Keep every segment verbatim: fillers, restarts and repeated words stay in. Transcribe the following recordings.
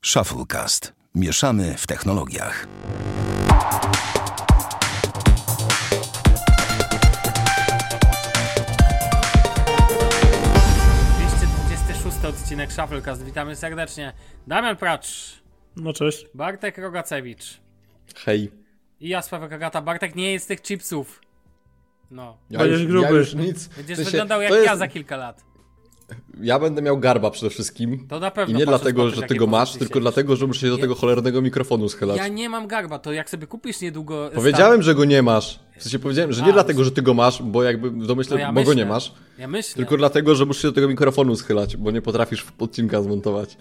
Shufflecast. Mieszamy w technologiach. dwieście dwudziesty szósty odcinek Shufflecast. Witamy serdecznie. Damian Pracz. No cześć. Bartek Rogacewicz. Hej. I ja, Sławek Agata. Bartek nie jest z tych chipsów. No. Ja już, gruby. ja już nic. Będziesz w sensie, wyglądał jak to jest- ja za kilka lat. Ja będę miał garba przede wszystkim. To na pewno. I nie patrząc dlatego, po tym, że jakie ty go masz, pozycje tylko siedzisz. dlatego, że muszę się do Ja- tego cholernego mikrofonu schylać. Ja nie mam garba, to jak sobie kupisz niedługo... Powiedziałem, że go nie masz. W sensie powiedziałem, że nie A, dlatego, że ty go masz, bo jakby w domyśle, No ja bo go myślę. nie masz. Ja myślę. Tylko dlatego, że muszę się do tego mikrofonu schylać, bo nie potrafisz odcinka zmontować.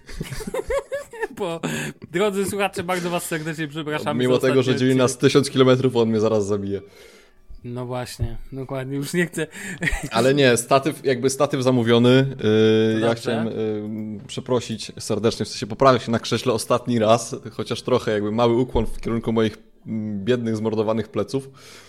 Bo, drodzy słuchacze, bardzo was serdecznie przepraszam. Mimo za tego, że ostatni dzieli nas odcinek. tysiąc kilometrów, on mnie zaraz zabije. No właśnie, dokładnie, już nie chcę. Ale nie, statyw, jakby statyw zamówiony. Yy, ja dobrze. chciałem yy, przeprosić serdecznie, w sensie poprawię się na krześle ostatni raz, chociaż trochę jakby mały ukłon w kierunku moich mm, biednych, zmordowanych pleców.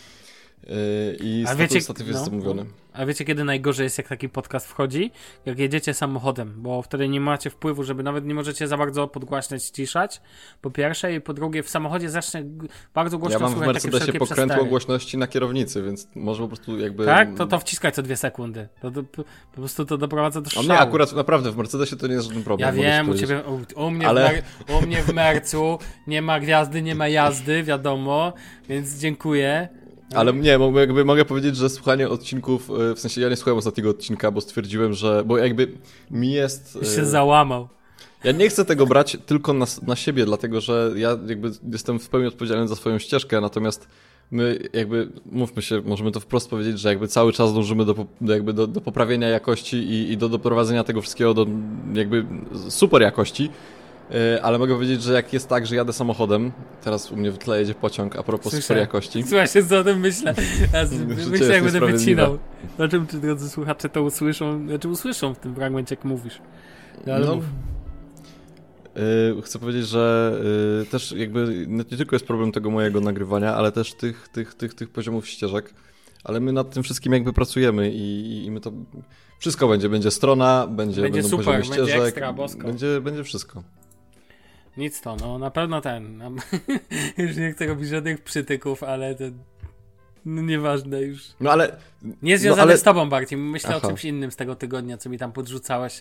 Yy, I A statyw, wiecie- statyw jest no. zamówiony. A wiecie, kiedy najgorzej jest, jak taki podcast wchodzi? Jak jedziecie samochodem, bo wtedy nie macie wpływu, żeby nawet nie możecie za bardzo podgłaśniać, ściszać, po pierwsze, i po drugie w samochodzie zacznie g- bardzo głośno Ja mam w słychać takie Mercedesie wszelkie pokrętło przestery. głośności na kierownicy, więc może po prostu jakby... Tak? To to wciskaj co dwie sekundy. To, to, po po prostu to doprowadza do A szału. mnie akurat naprawdę w Mercedesie to nie jest żaden problem. Ja mogę ci wiem, u powiedzieć. ciebie, u, u, mnie Ale- w mer, u mnie w Mercu nie ma gwiazdy, nie ma jazdy, wiadomo, więc dziękuję. Ale nie, mogę, jakby mogę powiedzieć, że słuchanie odcinków, e, w sensie ja nie słuchałem ostatniego odcinka, bo stwierdziłem, że, bo jakby mi jest... e, Się załamał. Ja nie chcę tego brać tylko na, na siebie, dlatego że ja jakby jestem w pełni odpowiedzialny za swoją ścieżkę, natomiast my jakby, mówmy się, możemy to wprost powiedzieć, że jakby cały czas dążymy do, po- do, jakby do, do poprawienia jakości i, i do doprowadzenia tego wszystkiego do jakby super jakości. Yy, Ale mogę powiedzieć, że jak jest tak, że jadę samochodem, teraz u mnie w tle jedzie pociąg, a propos Słyszę. super jakości. Słuchaj się, co o tym myślę. Ja z- Życie myślę, jest jak będę niesprawiedliwe. wycinał. Na czym, czy drodzy słuchacze to usłyszą, znaczy usłyszą w tym fragmencie, jak mówisz. No, ale No, mów. Yy, chcę powiedzieć, że yy, też jakby nie tylko jest problem tego mojego nagrywania, ale też tych, tych, tych, tych poziomów ścieżek, ale my nad tym wszystkim jakby pracujemy i, i my to wszystko będzie, będzie strona, będzie, Będzie będą super, poziomy będzie ścieżek, ekstra, bosko. będzie, będzie wszystko. Nic to, no na pewno ten. No, już nie chcę robić żadnych przytyków, ale to no, nieważne już. No ale... Nie związane no, ale... z tobą bardziej. Myślę Aha. o czymś innym z tego tygodnia, co mi tam podrzucałeś.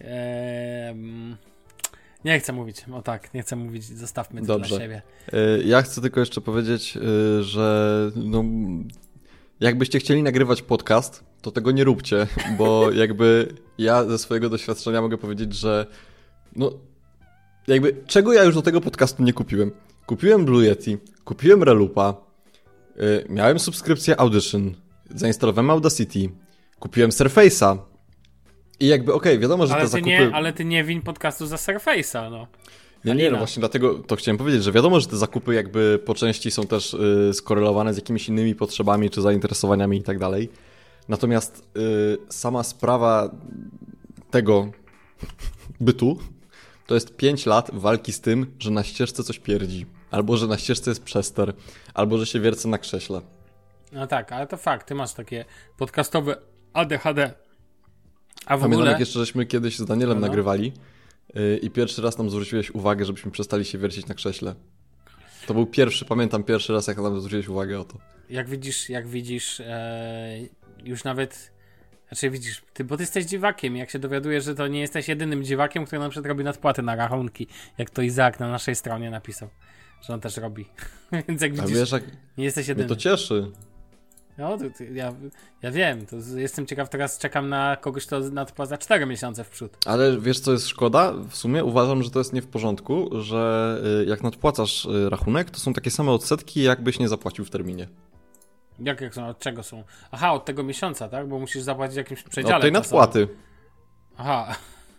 Ehm... Nie chcę mówić, o tak, nie chcę mówić, zostawmy to Dobrze. dla siebie. Yy, Ja chcę tylko jeszcze powiedzieć, yy, że no, jakbyście chcieli nagrywać podcast, to tego nie róbcie, bo jakby ja ze swojego doświadczenia mogę powiedzieć, że no jakby czego ja już do tego podcastu nie kupiłem. Kupiłem Blue Yeti, kupiłem Relupa, yy, miałem subskrypcję Audition, zainstalowałem Audacity, kupiłem Surface'a i jakby okej, okay, wiadomo, że Ale te ty, zakupy... nie, ale ty nie win podcastu za Surface'a, no. Nie, nie, Halina. no właśnie dlatego to chciałem powiedzieć, że wiadomo, że te zakupy jakby po części są też y, skorelowane z jakimiś innymi potrzebami czy zainteresowaniami i tak dalej. Natomiast y, sama sprawa tego bytu to jest pięć lat walki z tym, że na ścieżce coś pierdzi, albo że na ścieżce jest przester, albo że się wiercę na krześle. No tak, ale to fakt, ty masz takie podcastowe A D H D. A w Pamiętam, ogóle... jak jeszcze żeśmy kiedyś z Danielem No, no. nagrywali y, i pierwszy raz nam zwróciłeś uwagę, żebyśmy przestali się wiercić na krześle. To był pierwszy, pamiętam pierwszy raz, jak nam zwróciłeś uwagę o to. Jak widzisz, jak widzisz, e, już nawet, znaczy widzisz, ty, bo ty jesteś dziwakiem, jak się dowiadujesz, że to nie jesteś jedynym dziwakiem, który na przykład robi nadpłaty na rachunki, jak to Izaak na naszej stronie napisał, że on też robi. Więc jak A widzisz, wiesz, jak nie jesteś mnie jedyny. to cieszy. No, to, to, ja, ja wiem, to z- jestem ciekaw, teraz czekam na kogoś, kto nadpłaca cztery miesiące w przód. Ale wiesz, co jest szkoda? W sumie uważam, że to jest nie w porządku, że y, jak nadpłacasz y, rachunek, to są takie same odsetki, jakbyś nie zapłacił w terminie. Jak, jak są, od czego są? Aha, od tego miesiąca, tak? Bo musisz zapłacić jakimś przedziale. Od tej czasowym. nadpłaty. Aha.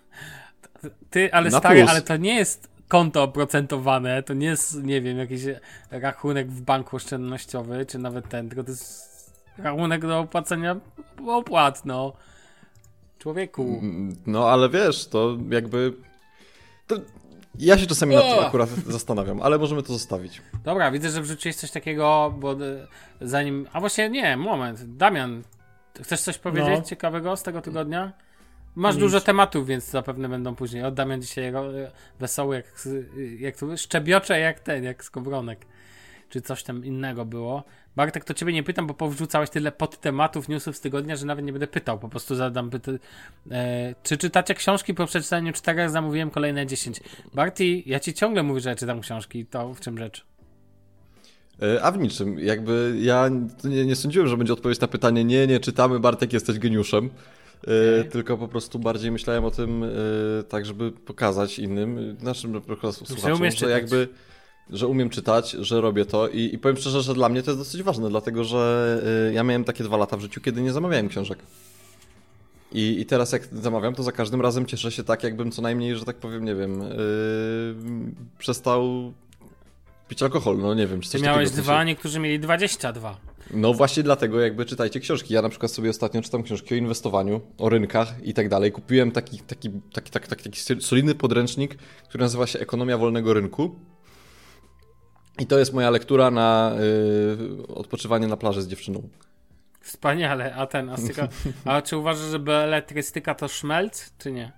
Ty, ale Na stary, plus. ale to nie jest konto oprocentowane, to nie jest, nie wiem, jakiś rachunek w banku oszczędnościowy, czy nawet ten, tylko to jest rachunek do opłacenia opłat, no. Człowieku. Mm, No ale wiesz, to jakby... To... Ja się czasami nad tym O! akurat zastanawiam, ale możemy to zostawić. Dobra, widzę, że wrzuciłeś coś takiego, bo e, zanim... A właśnie nie, moment. Damian, chcesz coś powiedzieć No. ciekawego z tego tygodnia? Masz Nic. dużo tematów, więc zapewne będą później. O, Damian dzisiaj ro- wesoły, jak, jak to szczebiocze jak ten, jak skowronek. Czy coś tam innego było. Bartek, to ciebie nie pytam, bo powrzucałeś tyle podtematów, newsów z tygodnia, że nawet nie będę pytał. Po prostu zadam pytanie. E, czy czytacie książki? Po przeczytaniu czterech zamówiłem kolejne dziesięć. Barty, ja ci ciągle mówię, że ja czytam książki. To w czym rzecz? A w niczym. Jakby ja nie, nie sądziłem, że będzie odpowiedź na pytanie nie, nie czytamy, Bartek, jesteś geniuszem. Okay. Tylko po prostu bardziej myślałem o tym tak, żeby pokazać innym, naszym słuchaczom, że jakby, że umiem czytać, że robię to i, i powiem szczerze, że dla mnie to jest dosyć ważne, dlatego że ja miałem takie dwa lata w życiu, kiedy nie zamawiałem książek. I, i teraz jak zamawiam, to za każdym razem cieszę się tak, jakbym co najmniej, że tak powiem, nie wiem, yy, przestał pić alkohol, no nie wiem. Czy coś Ty miałeś takiego, dwa, się... niektórzy mieli dwadzieścia dwa. No właśnie dlatego jakby czytajcie książki. Ja na przykład sobie ostatnio czytam książki o inwestowaniu, o rynkach i tak dalej. Kupiłem taki, taki, taki, taki, taki, taki solidny podręcznik, który nazywa się Ekonomia wolnego rynku. I to jest moja lektura na yy, odpoczywanie na plaży z dziewczyną. Wspaniale, a ten, a, styka, a czy uważasz, że beletrystyka to szmelc, czy nie?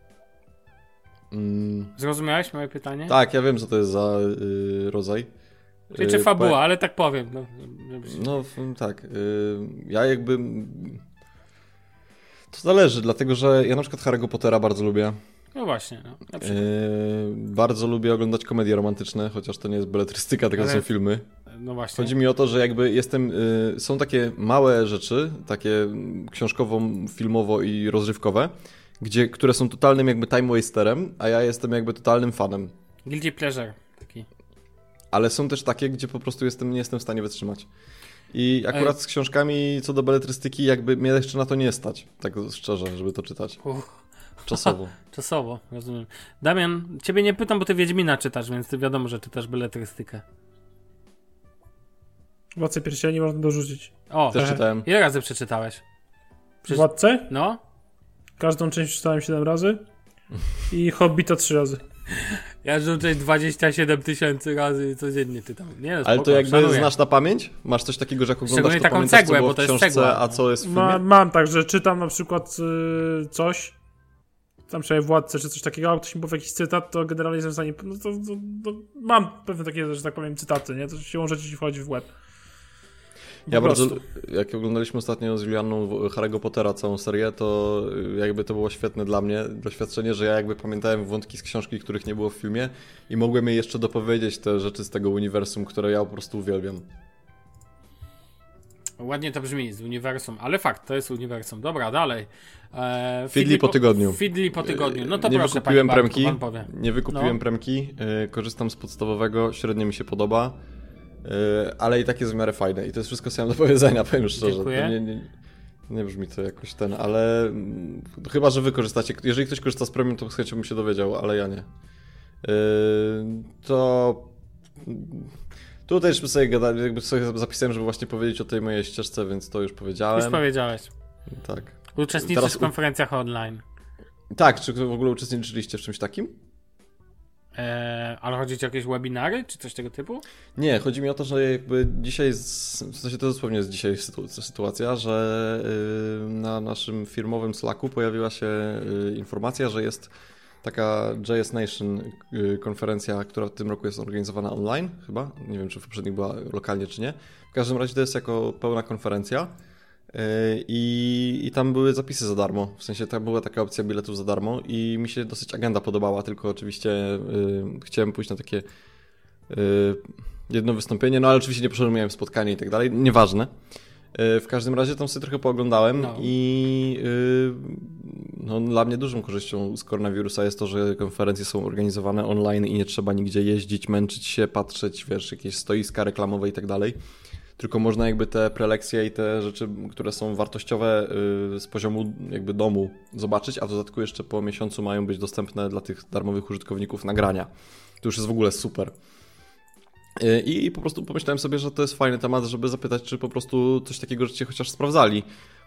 Mm. Zrozumiałeś moje pytanie? Tak, ja wiem, co to jest za yy, rodzaj. Czy, czy fabuła, yy, ale tak powiem. No, żeby się... no tak. Yy, ja jakby... To zależy, dlatego że ja na przykład Harry'ego Pottera bardzo lubię. No właśnie. No, na yy, bardzo lubię oglądać komedie romantyczne, chociaż to nie jest beletrystyka, tylko ale... są filmy. No właśnie. Chodzi mi o to, że jakby jestem... Yy, są takie małe rzeczy, takie książkowo, filmowo i rozrywkowe, gdzie, które są totalnym jakby time wasterem, a ja jestem jakby totalnym fanem. Guilty pleasure taki. Ale są też takie, gdzie po prostu jestem, nie jestem w stanie wytrzymać. I akurat Ej. z książkami co do beletrystyki jakby mnie jeszcze na to nie stać, tak szczerze, żeby to czytać. Uch. Czasowo. Czasowo, rozumiem. Damian, ciebie nie pytam, bo ty Wiedźmina czytasz, więc ty wiadomo, że czytasz beletrystykę. Władcę Pierścieni można dorzucić. O, też czytałem. Ile razy przeczytałeś? Przecież... Władcę? No. Każdą część czytałem siedem razy i Hobbita trzy razy. Ja rzucę dwadzieścia siedem tysięcy razy codziennie czytam. Nie, no, spoko, ale to jakby szanuję. Znasz na pamięć? Masz coś takiego, że jak oglądasz, to taką pamiętasz, cegłę, co było bo to w jest książce, cegła. a co jest w filmie? Ma, mam tak, że czytam na przykład yy, coś, tam przynajmniej Władcę czy coś takiego, a ktoś mi powie jakiś cytat, to generalnie jestem w stanie, no to, to, to mam pewne takie, że tak powiem, cytaty, nie? To siłą rzeczy ci wchodzi w łeb. Ja bardzo, jak oglądaliśmy ostatnio z Julianną Harry'ego Pottera całą serię, to jakby to było świetne dla mnie doświadczenie, że ja jakby pamiętałem wątki z książki, których nie było w filmie i mogłem jej jeszcze dopowiedzieć te rzeczy z tego uniwersum, które ja po prostu uwielbiam. Ładnie to brzmi, z uniwersum, ale fakt, to jest uniwersum. Dobra, dalej. Eee, Fidli po tygodniu. Fidli po tygodniu, no to nie proszę, wykupiłem panie premki, Bartku, pan powie. Nie wykupiłem no. premki, yy, korzystam z podstawowego, średnio mi się podoba. Yy, ale i tak jest w miarę fajne i to jest wszystko, co mam do powiedzenia, powiem szczerze. Dziękuję. Nie, nie, nie brzmi to jakoś ten, ale mm, chyba, że wy korzystacie. Jeżeli ktoś korzysta z premium, to z chęcią bym się dowiedział, ale ja nie. Yy, to tutaj już sobie, gada, jakby sobie zapisałem, żeby właśnie powiedzieć o tej mojej ścieżce, więc to już powiedziałem. Już powiedziałeś. Tak. Uczestniczysz Teraz... w konferencjach online. Tak, czy w ogóle uczestniczyliście w czymś takim? Eee, ale chodzi ci o jakieś webinary, czy coś tego typu? Nie, chodzi mi o to, że jakby dzisiaj, w sensie to dosłownie jest dzisiaj sytuacja, że na naszym firmowym Slacku pojawiła się informacja, że jest taka J S Nation konferencja, która w tym roku jest organizowana online chyba, nie wiem czy w poprzednich była lokalnie czy nie. W każdym razie to jest jako pełna konferencja. I, I tam były zapisy za darmo, w sensie tam była taka opcja biletów za darmo i mi się dosyć agenda podobała, tylko oczywiście y, chciałem pójść na takie y, jedno wystąpienie, no ale oczywiście nie poszedłem, miałem spotkanie i tak dalej, nieważne. Y, w każdym razie tam sobie trochę pooglądałem no. i y, no, dla mnie dużą korzyścią z koronawirusa jest to, że konferencje są organizowane online i nie trzeba nigdzie jeździć, męczyć się, patrzeć, wiesz, jakieś stoiska reklamowe i tak dalej. Tylko można jakby te prelekcje i te rzeczy, które są wartościowe z poziomu jakby domu zobaczyć, a w dodatku jeszcze po miesiącu mają być dostępne dla tych darmowych użytkowników nagrania. To już jest w ogóle super. I, i po prostu pomyślałem sobie, że to jest fajny temat, żeby zapytać, czy po prostu coś takiego żeście chociaż sprawdzali.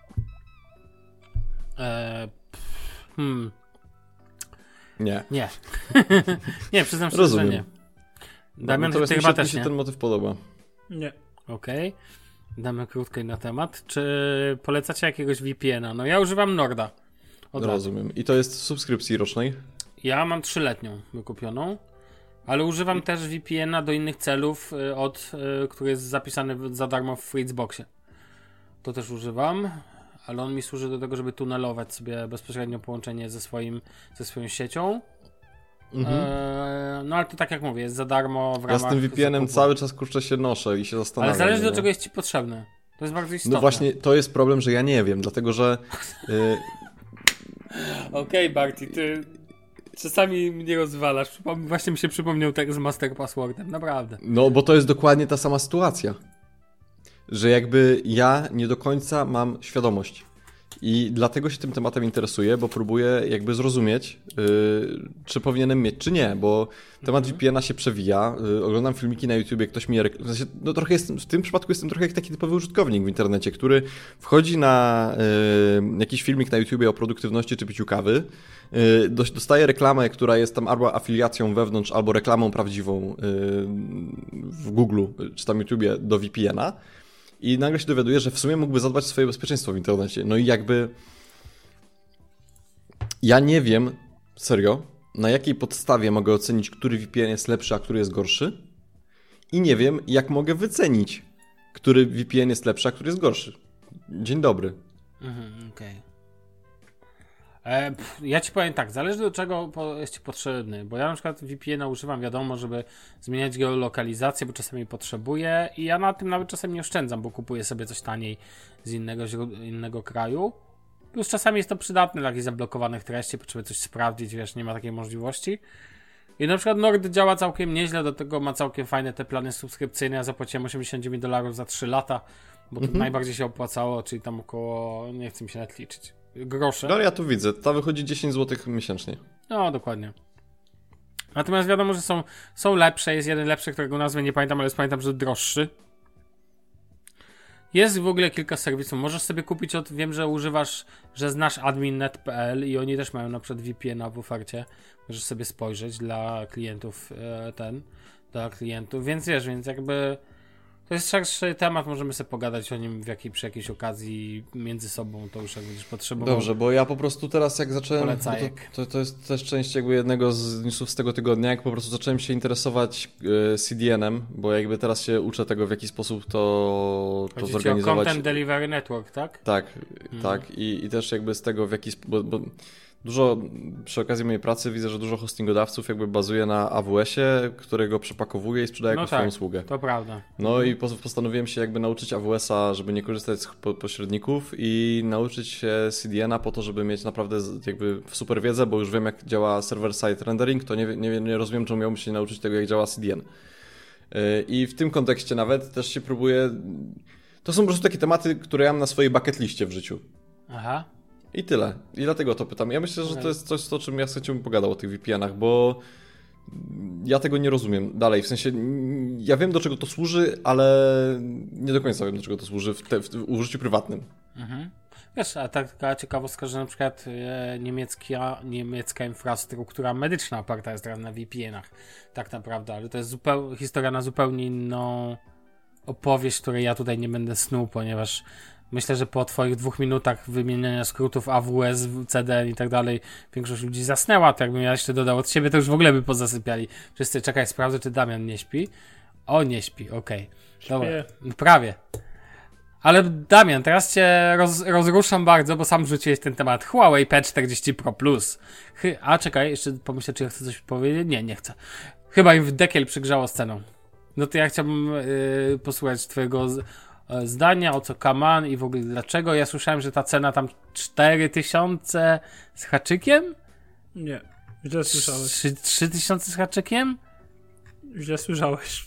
Eee, hmm. Nie. Nie. Nie, przyznam szczerze, Rozumiem. że nie. Damian, no, ty mi chyba się, też mi się nie. ten motyw podoba. Nie. Okej. Okay. Damy krótkę na temat. Czy polecacie jakiegoś V P N a? No ja używam Norda. Od lat. Rozumiem. I to jest w subskrypcji rocznej? Ja mam trzyletnią wykupioną, ale używam też V P N a do innych celów, y, od, y, który jest zapisany w- za darmo w Fritzboxie. To też używam, ale on mi służy do tego, żeby tunelować sobie bezpośrednio połączenie ze, swoim, ze swoją siecią. Mhm. Eee, no ale to tak jak mówię, jest za darmo w Ja ramach z tym V P N em zakupu. cały czas kurczę się noszę i się zastanawiam. Ale zależy do nie? czego jest ci potrzebny. To jest bardzo istotne. No właśnie, to jest problem, że ja nie wiem, dlatego że... Y, Okej, okay, Barty, ty czasami mnie rozwalasz. Przypom- Właśnie mi się przypomniał tak z master passwordem, naprawdę. no bo to jest dokładnie ta sama sytuacja. Że jakby ja nie do końca mam świadomość. I dlatego się tym tematem interesuję, bo próbuję jakby zrozumieć, yy, czy powinienem mieć, czy nie, bo temat V P N a się przewija. Yy, oglądam filmiki na YouTubie, ktoś mi... Rek- w sensie, no trochę jestem, w tym przypadku jestem trochę jak taki typowy użytkownik w internecie, który wchodzi na yy, jakiś filmik na YouTubie o produktywności czy piciu kawy, yy, dos- dostaje reklamę, która jest tam albo afiliacją wewnątrz, albo reklamą prawdziwą yy, w Google czy tam YouTubie do V P N a. I nagle się dowiaduje, że w sumie mógłby zadbać o swoje bezpieczeństwo w internecie. No i jakby... Ja nie wiem, serio, na jakiej podstawie mogę ocenić, który V P N jest lepszy, a który jest gorszy. I nie wiem, jak mogę wycenić, który V P N jest lepszy, a który jest gorszy. Dzień dobry. Mhm, okej. E, pff, Ja ci powiem tak, zależy do czego po, jest ci potrzebny, bo ja na przykład V P N a używam, wiadomo, żeby zmieniać geolokalizację, bo czasami potrzebuję i ja na tym nawet czasem nie oszczędzam, bo kupuję sobie coś taniej z innego, źród- innego kraju. Plus czasami jest to przydatne dla jakichś zablokowanych treści, potrzebuję coś sprawdzić, wiesz, nie ma takiej możliwości. I na przykład Nord działa całkiem nieźle, do tego ma całkiem fajne te plany subskrypcyjne, ja zapłaciłem osiemdziesiąt dziewięć dolarów za trzy lata, bo to Mhm. najbardziej się opłacało, czyli tam około, nie chcę mi się nawet liczyć, grosze. No ja tu widzę, ta wychodzi dziesięć złotych miesięcznie. No, dokładnie. Natomiast wiadomo, że są, są lepsze. Jest jeden lepszy, którego nazwy nie pamiętam, ale pamiętam, że droższy. Jest w ogóle kilka serwisów. Możesz sobie kupić od... Wiem, że używasz, że znasz admin kropka net kropka pe el i oni też mają na przykład V P N a w ofercie. Możesz sobie spojrzeć dla klientów e, ten, dla klientów. Więc wiesz, więc jakby... To jest szerszy temat, możemy sobie pogadać o nim w jakiej, przy jakiejś okazji między sobą, to już jak będziesz potrzebował. Dobrze, bo ja po prostu teraz jak zacząłem, bo to, Polecajek. to, to jest też część jakby jednego z newsów z tego tygodnia, jak po prostu zacząłem się interesować y, C D N em, bo jakby teraz się uczę tego, w jaki sposób to, to Chodzi ci o zorganizować. Content Delivery Network, tak? Tak, Mhm. tak I, i też jakby z tego w jaki sposób, bo, bo dużo, przy okazji mojej pracy widzę, że dużo hostingodawców jakby bazuje na A W S-ie, którego przepakowuje i sprzedaje No jako tak. swoją usługę. To prawda. No i pos- postanowiłem się jakby nauczyć A W S-a, żeby nie korzystać z po- pośredników i nauczyć się C D N a po to, żeby mieć naprawdę z- jakby super wiedzę, bo już wiem jak działa server-side rendering, to nie, wie- nie, nie rozumiem, czemu miałbym się nauczyć tego, jak działa C D N. Yy, I w tym kontekście nawet też się próbuję... To są po prostu takie tematy, które ja mam na swojej bucket liście w życiu. Aha. I tyle. I dlatego to pytam. Ja myślę, że Okej. to jest coś, o czym ja z chęcią bym pogadał, o tych V P N ach, bo ja tego nie rozumiem dalej. W sensie, mm, ja wiem, do czego to służy, ale nie do końca wiem, do czego to służy w, te, w, w użyciu prywatnym. Mhm. Wiesz, a taka ciekawostka, że na przykład e, niemiecka, niemiecka infrastruktura medyczna oparta jest teraz na V P N ach. Tak naprawdę, ale to jest zupeł, historia na zupełnie inną opowieść, której ja tutaj nie będę snuł, ponieważ myślę, że po twoich dwóch minutach wymieniania skrótów A W S, C D N i tak dalej, większość ludzi zasnęła, to jakbym ja jeszcze dodał od siebie, to już w ogóle by pozasypiali. Wszyscy, czekaj, sprawdzę, czy Damian nie śpi. O, nie śpi, okej. Dobra, prawie. Ale Damian, teraz cię roz, rozruszam bardzo, bo sam wrzuciłeś ten temat. Huawei P czterdzieści Pro Plus. Chy, a czekaj, jeszcze pomyślę, czy ja chcę coś powiedzieć. Nie, nie chcę. Chyba im w dekiel przygrzało z ceną. No to ja chciałbym yy, posłuchać twojego z, yy, zdania, o co kaman i w ogóle dlaczego. Ja słyszałem, że ta cena tam cztery tysiące z haczykiem? Nie, źle słyszałeś. trzy tysiące z haczykiem? Źle słyszałeś.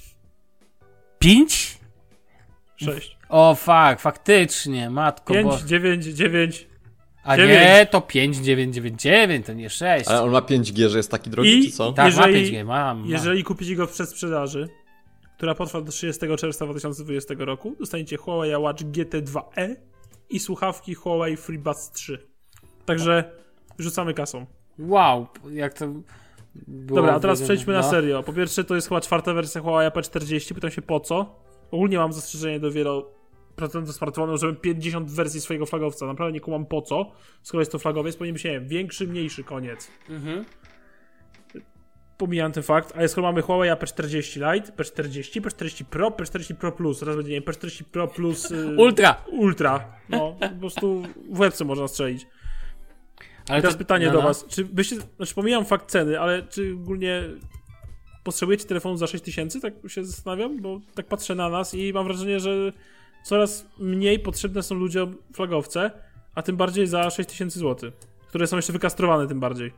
pięć? sześć. O fuck, faktycznie, matko pięć, bo... dziewięć, dziewięć. A dziewięć. nie, to pięć dziewięć dziewięć dziewięć, to nie sześć. Ale on ma pięć G, że jest taki drogi, I- czy co? Tak, jeżeli- ma pięć G, mam, mam. Jeżeli kupicie go w przedsprzedaży, która potrwa do trzydziestego czerwca dwa tysiące dwudziestego roku, dostaniecie Huawei Watch G T dwa e i słuchawki Huawei FreeBuds trzy. Także rzucamy kasą. Wow, jak to było... Dobra, a teraz wydane- przejdźmy na no. serio. Po pierwsze, to jest chyba czwarta wersja Huawei P czterdzieści. Pytam się po co. Ogólnie mam zastrzeżenie do wielu procent smartfonów, żeby pięćdziesiąt wersji swojego flagowca. Naprawdę nie kumam po co, skoro jest to flagowiec, powinien być, nie wiem, większy, mniejszy, koniec. Mhm. Pomijam ten fakt, ale skoro mamy Huawei P czterdzieści Lite, P czterdzieści, P czterdzieści Pro, P czterdzieści Pro Plus, teraz będzie, nie wiem, P czterdzieści Pro Plus... Yy, Ultra! Ultra, no, po prostu w łebce można strzelić. Ale I teraz to, pytanie no, do no. was, czy byście, znaczy pomijam fakt ceny, ale czy ogólnie potrzebujecie telefonu za sześć tysięcy? Tak się zastanawiam, bo tak patrzę na nas i mam wrażenie, że coraz mniej potrzebne są ludziom flagowce, a tym bardziej za sześć tysięcy złotych, które są jeszcze wykastrowane tym bardziej.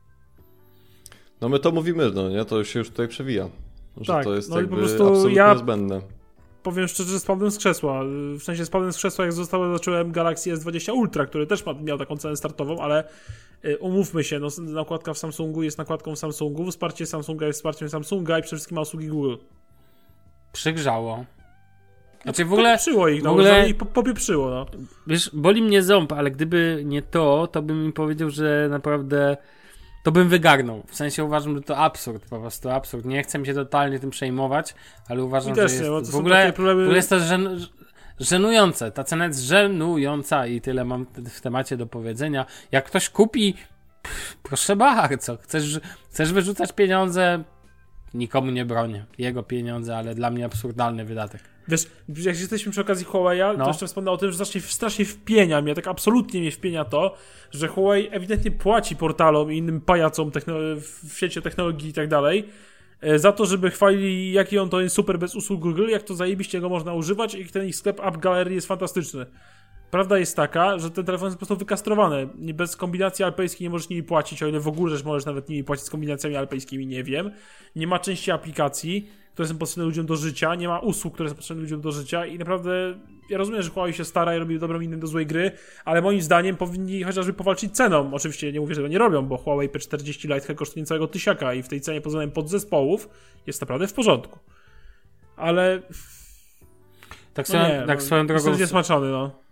No my to mówimy, no nie? To się już tutaj przewija. Że tak, to jest no jakby i po prostu absolutnie ja niezbędne. Powiem szczerze, że spadłem z krzesła. W sensie spadłem z krzesła, jak zostało, zacząłem Galaxy S dwadzieścia Ultra, który też ma, miał taką cenę startową, ale y, umówmy się, no, nakładka w Samsungu jest nakładką w Samsungu, wsparcie Samsunga jest wsparciem Samsunga i przede wszystkim ma usługi Google. Przygrzało. Znaczy w ogóle... Popieprzyło ich, no, w ogóle, i popieprzyło, no. Wiesz, boli mnie ząb, ale gdyby nie to, to bym mi powiedział, że naprawdę... To bym wygarnął. W sensie uważam, że to absurd, po prostu absurd. Nie chcę mi się totalnie tym przejmować, ale uważam, też że jest... nie, bo to w, są ogóle, takie problemy... w ogóle jest to żen... żenujące. Ta cena jest żenująca i tyle mam w temacie do powiedzenia. Jak ktoś kupi, pff, proszę bardzo, chcesz, chcesz wyrzucać pieniądze, nikomu nie bronię. Jego pieniądze, ale dla mnie absurdalny wydatek. Wiesz, jak jesteśmy przy okazji Huawei'a, no. to jeszcze wspomnę o tym, że strasznie, strasznie wpienia mnie, tak absolutnie mnie wpienia to, że Huawei ewidentnie płaci portalom i innym pajacom techno- w świecie technologii i tak dalej za to, żeby chwalili, jaki on to jest super bez usług Google, jak to zajebiście go można używać i ten ich sklep App Gallery jest fantastyczny. Prawda jest taka, że ten telefon jest po prostu wykastrowany. Bez kombinacji alpejskiej nie możesz nimi płacić, o ile w ogóle że możesz nawet nimi płacić z kombinacjami alpejskimi, nie wiem. Nie ma części aplikacji, które są potrzebne ludziom do życia, nie ma usług, które są potrzebne ludziom do życia i naprawdę ja rozumiem, że Huawei się stara i robi dobrą minę do złej gry, ale moim zdaniem powinni chociażby powalczyć ceną. Oczywiście nie mówię, że tego nie robią, bo Huawei P czterdzieści Lite kosztuje niecałego tysiaka i w tej cenie pod względem podzespołów jest naprawdę w porządku. Ale... Tak, no swoją, nie, tak no, swoją drogą... Jestem zniesmaczony, no.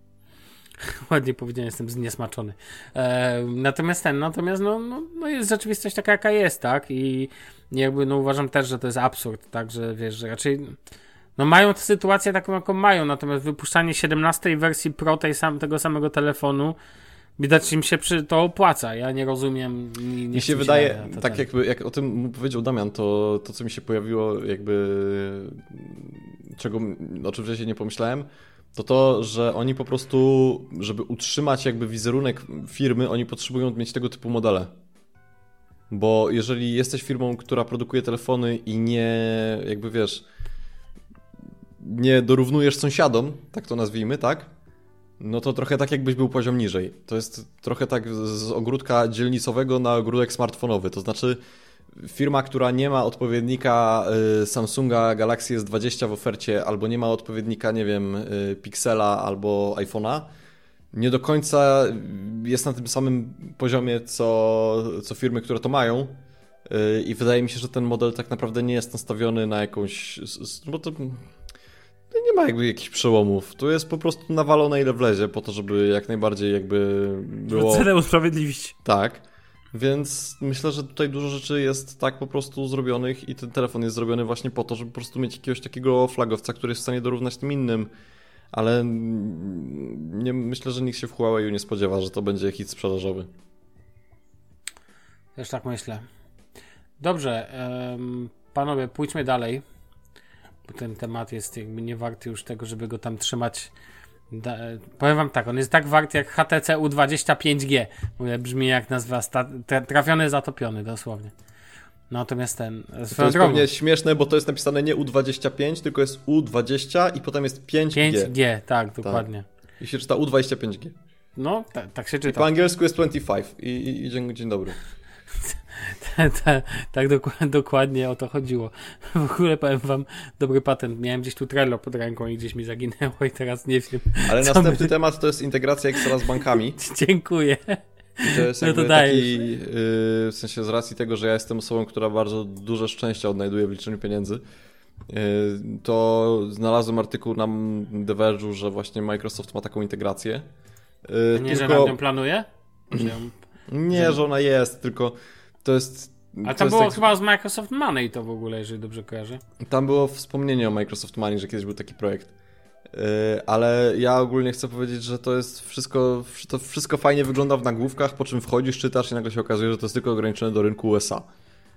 Ładnie powiedziałem, jestem zniesmaczony. E, natomiast ten, natomiast no, no, no jest rzeczywistość taka, jaka jest, tak? I jakby no uważam też, że to jest absurd, tak? Że wiesz, że raczej no mają tę sytuację taką, jaką mają, natomiast wypuszczanie siedemnastej wersji Pro tej sam, tego samego telefonu widać im się przy, to opłaca. Ja nie rozumiem. Nie, nie mi się wydaje, się tak jakby, jak o tym powiedział Damian, to, to co mi się pojawiło jakby czego, o czym wcześniej nie pomyślałem, to to, że oni po prostu, żeby utrzymać jakby wizerunek firmy, oni potrzebują mieć tego typu modele. Bo jeżeli jesteś firmą, która produkuje telefony i nie, jakby wiesz, nie dorównujesz sąsiadom, tak to nazwijmy, tak? No to trochę tak jakbyś był poziom niżej. To jest trochę tak z ogródka dzielnicowego na ogródek smartfonowy. To znaczy firma, która nie ma odpowiednika Samsunga Galaxy S dwadzieścia w ofercie, albo nie ma odpowiednika, nie wiem, Pixela albo iPhone'a, nie do końca jest na tym samym poziomie, co, co firmy, które to mają. I wydaje mi się, że ten model tak naprawdę nie jest nastawiony na jakąś... Bo to nie ma jakby jakichś przełomów. Tu jest po prostu nawalone ile wlezie, po to, żeby jak najbardziej jakby było... Cenę usprawiedliwić. Tak. Więc myślę, że tutaj dużo rzeczy jest tak po prostu zrobionych i ten telefon jest zrobiony właśnie po to, żeby po prostu mieć jakiegoś takiego flagowca, który jest w stanie dorównać tym innym. Ale nie, myślę, że nikt się w Huawei nie spodziewa, że to będzie hit sprzedażowy. Też tak myślę. Dobrze, um, panowie, pójdźmy dalej. Bo ten temat jest jakby nie warty już tego, żeby go tam trzymać. Da, powiem wam tak, on jest tak wart jak H T C U dwadzieścia pięć G. Mówię, brzmi jak nazwa sta- trafiony, zatopiony dosłownie. Natomiast ten... To jest drogą, pewnie śmieszne, bo to jest napisane nie U dwadzieścia pięć, tylko jest U dwadzieścia i potem jest pięć G. pięć G, tak, dokładnie. Tak. I się czyta U dwadzieścia pięć G. No, ta, tak się I czyta. po angielsku jest dwadzieścia pięć i, i, i dzień, dzień dobry. Tak dokładnie, dokładnie o to chodziło. W ogóle powiem wam, dobry patent. Miałem gdzieś tu Trello pod ręką i gdzieś mi zaginęło i teraz nie wiem. Ale następny my... temat to jest integracja Excela z bankami. Dziękuję. I to jest jakby no to taki, yy, w sensie z racji tego, że ja jestem osobą, która bardzo duże szczęście odnajduje w liczeniu pieniędzy, yy, to znalazłem artykuł na The Verge'u, że właśnie Microsoft ma taką integrację. Yy, nie, tylko... że nad nią planuje? Że ją... Nie, że ona jest, tylko to jest... A tam było tak... chyba z Microsoft Money to w ogóle, jeżeli dobrze kojarzę. Tam było wspomnienie o Microsoft Money, że kiedyś był taki projekt. ale ja ogólnie chcę powiedzieć, że to jest wszystko, to wszystko fajnie wygląda w nagłówkach, po czym wchodzisz, czytasz i nagle się okazuje, że to jest tylko ograniczone do rynku U S A.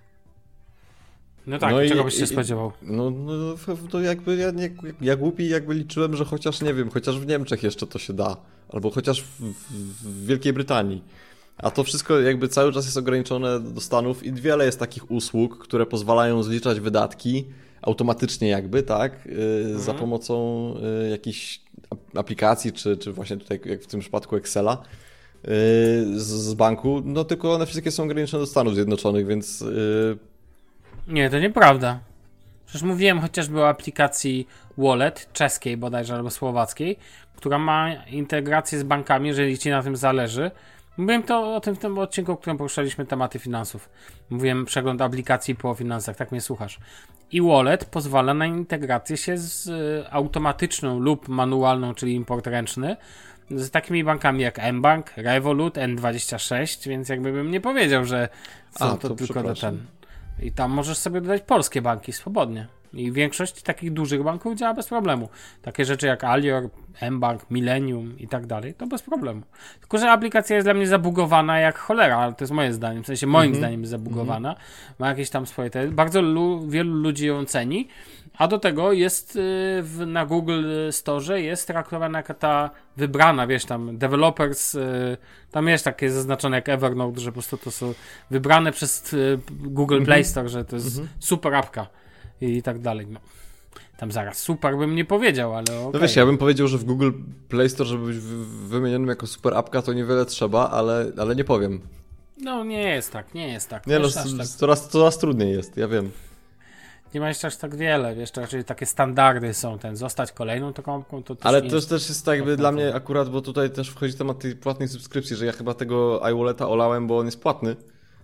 No tak, no czego i, byś się i, spodziewał? No, no to jakby ja, nie, ja głupi jakby liczyłem, że chociaż, nie wiem, chociaż w Niemczech jeszcze to się da, albo chociaż w, w, w Wielkiej Brytanii. A to wszystko jakby cały czas jest ograniczone do Stanów i wiele jest takich usług, które pozwalają zliczać wydatki automatycznie jakby, tak, mhm. za pomocą jakichś aplikacji, czy, czy właśnie tutaj jak w tym przypadku Excela z, z banku, no tylko one wszystkie są ograniczone do Stanów Zjednoczonych, więc... Nie, to nieprawda. Przecież mówiłem chociażby o aplikacji Wallet, czeskiej bodajże albo słowackiej, która ma integrację z bankami, jeżeli ci na tym zależy. Mówiłem to o tym w tym odcinku, w którym poruszaliśmy tematy finansów. Mówiłem przegląd aplikacji po finansach, tak mnie słuchasz. I Wallet pozwala na integrację się z automatyczną lub manualną, czyli import ręczny, z takimi bankami jak mBank, Revolut, N dwadzieścia sześć, więc jakby bym nie powiedział, że są A, to, to tylko do ten. I tam możesz sobie dodać polskie banki swobodnie. I większość takich dużych banków działa bez problemu. Takie rzeczy jak Alior, mBank, Millennium i tak dalej, to bez problemu. Tylko że aplikacja jest dla mnie zabugowana jak cholera, ale to jest moje zdanie, w sensie moim mm-hmm. zdaniem jest zabugowana. Mm-hmm. Ma jakieś tam swoje... Te, bardzo lu, wielu ludzi ją ceni, a do tego jest yy, w, na Google Store jest traktowana jako ta wybrana, wiesz, tam developers, yy, tam jest takie zaznaczone jak Evernote, że po prostu to są wybrane przez yy, Google mm-hmm. Play Store, że to jest mm-hmm. super apka i tak dalej. No. Tam zaraz super bym nie powiedział, ale okay. No wiesz, ja bym powiedział, że w Google Play Store, żeby być wymienionym jako super apka, to niewiele trzeba, ale, ale nie powiem. No nie jest tak, nie jest tak. Nie no, tak. coraz, coraz trudniej jest, ja wiem. Nie ma jeszcze aż tak wiele, wiesz, to raczej takie standardy są, ten zostać kolejną taką apką, to też ale nie to jest też jest tak jakby dla mnie akurat, bo tutaj też wchodzi temat tej płatnej subskrypcji, że ja chyba tego iWalleta olałem, bo on jest płatny.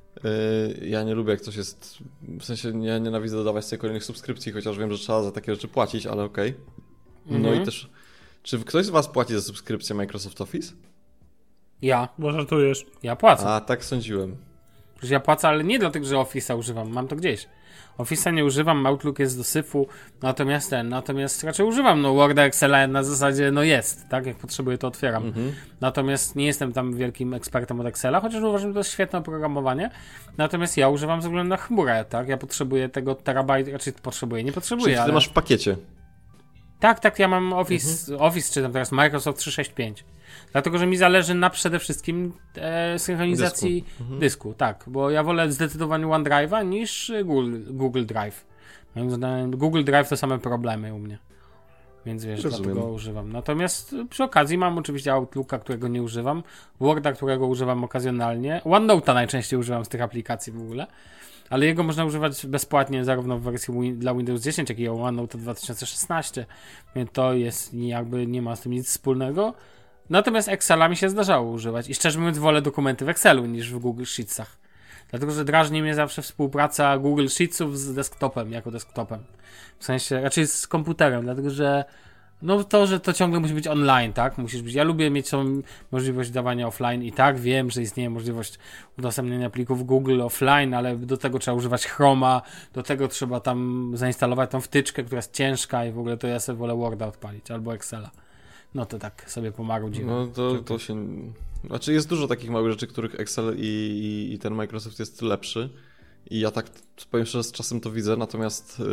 Ja nie lubię, jak coś jest... W sensie nie nienawidzę dodawać sobie kolejnych subskrypcji, chociaż wiem, że trzeba za takie rzeczy płacić, ale okej. Okay. No mhm. i też... Czy ktoś z was płaci za subskrypcję Microsoft Office? Ja. Bo żartujesz. Ja płacę. A, tak sądziłem. Przecież ja płacę, ale nie dlatego, że Office'a używam. Mam to gdzieś. Office'a nie używam, Outlook jest do syfu, natomiast ten, natomiast raczej używam, no Worda, Excela na zasadzie, no jest, tak, jak potrzebuję to otwieram. Mhm. Natomiast nie jestem tam wielkim ekspertem od Excela, chociaż uważam, że to jest świetne oprogramowanie, natomiast ja używam ze względu na chmurę, tak, ja potrzebuję tego terabajt, raczej potrzebuję, nie potrzebuję, Czyli ty ale... masz w pakiecie. Tak, tak, ja mam Office, mhm. Office czy tam teraz Microsoft trzysta sześćdziesiąt pięć. Dlatego, że mi zależy na przede wszystkim e, synchronizacji dysku. Mhm. dysku, tak, bo ja wolę zdecydowanie OneDrive'a niż Google, Google Drive. Moim zdaniem Google Drive to same problemy u mnie. Więc wiesz, Rozumiem. Dlatego używam. Natomiast przy okazji mam oczywiście Outlooka, którego nie używam, Worda, którego używam okazjonalnie, OneNote'a najczęściej używam z tych aplikacji w ogóle. Ale jego można używać bezpłatnie zarówno w wersji win- dla Windows dziesięć, jak i OneNote dwa tysiące szesnaście. Więc to jest jakby nie ma z tym nic wspólnego. Natomiast Excela mi się zdarzało używać i szczerze mówiąc wolę dokumenty w Excelu niż w Google Sheetsach. Dlatego, że drażni mnie zawsze współpraca Google Sheetsów z desktopem, jako desktopem. W sensie, raczej z komputerem, dlatego, że no to, że to ciągle musi być online, tak? Musisz być. Ja lubię mieć tą możliwość dawania offline i tak wiem, że istnieje możliwość udostępnienia plików Google offline, ale do tego trzeba używać Chroma, do tego trzeba tam zainstalować tą wtyczkę, która jest ciężka i w ogóle to ja sobie wolę Worda odpalić albo Excela. No to tak sobie pomarudziłem. No to, to się... Znaczy jest dużo takich małych rzeczy, których Excel i, i, i ten Microsoft jest lepszy i ja tak powiem szczerze, z czasem to widzę, natomiast yy...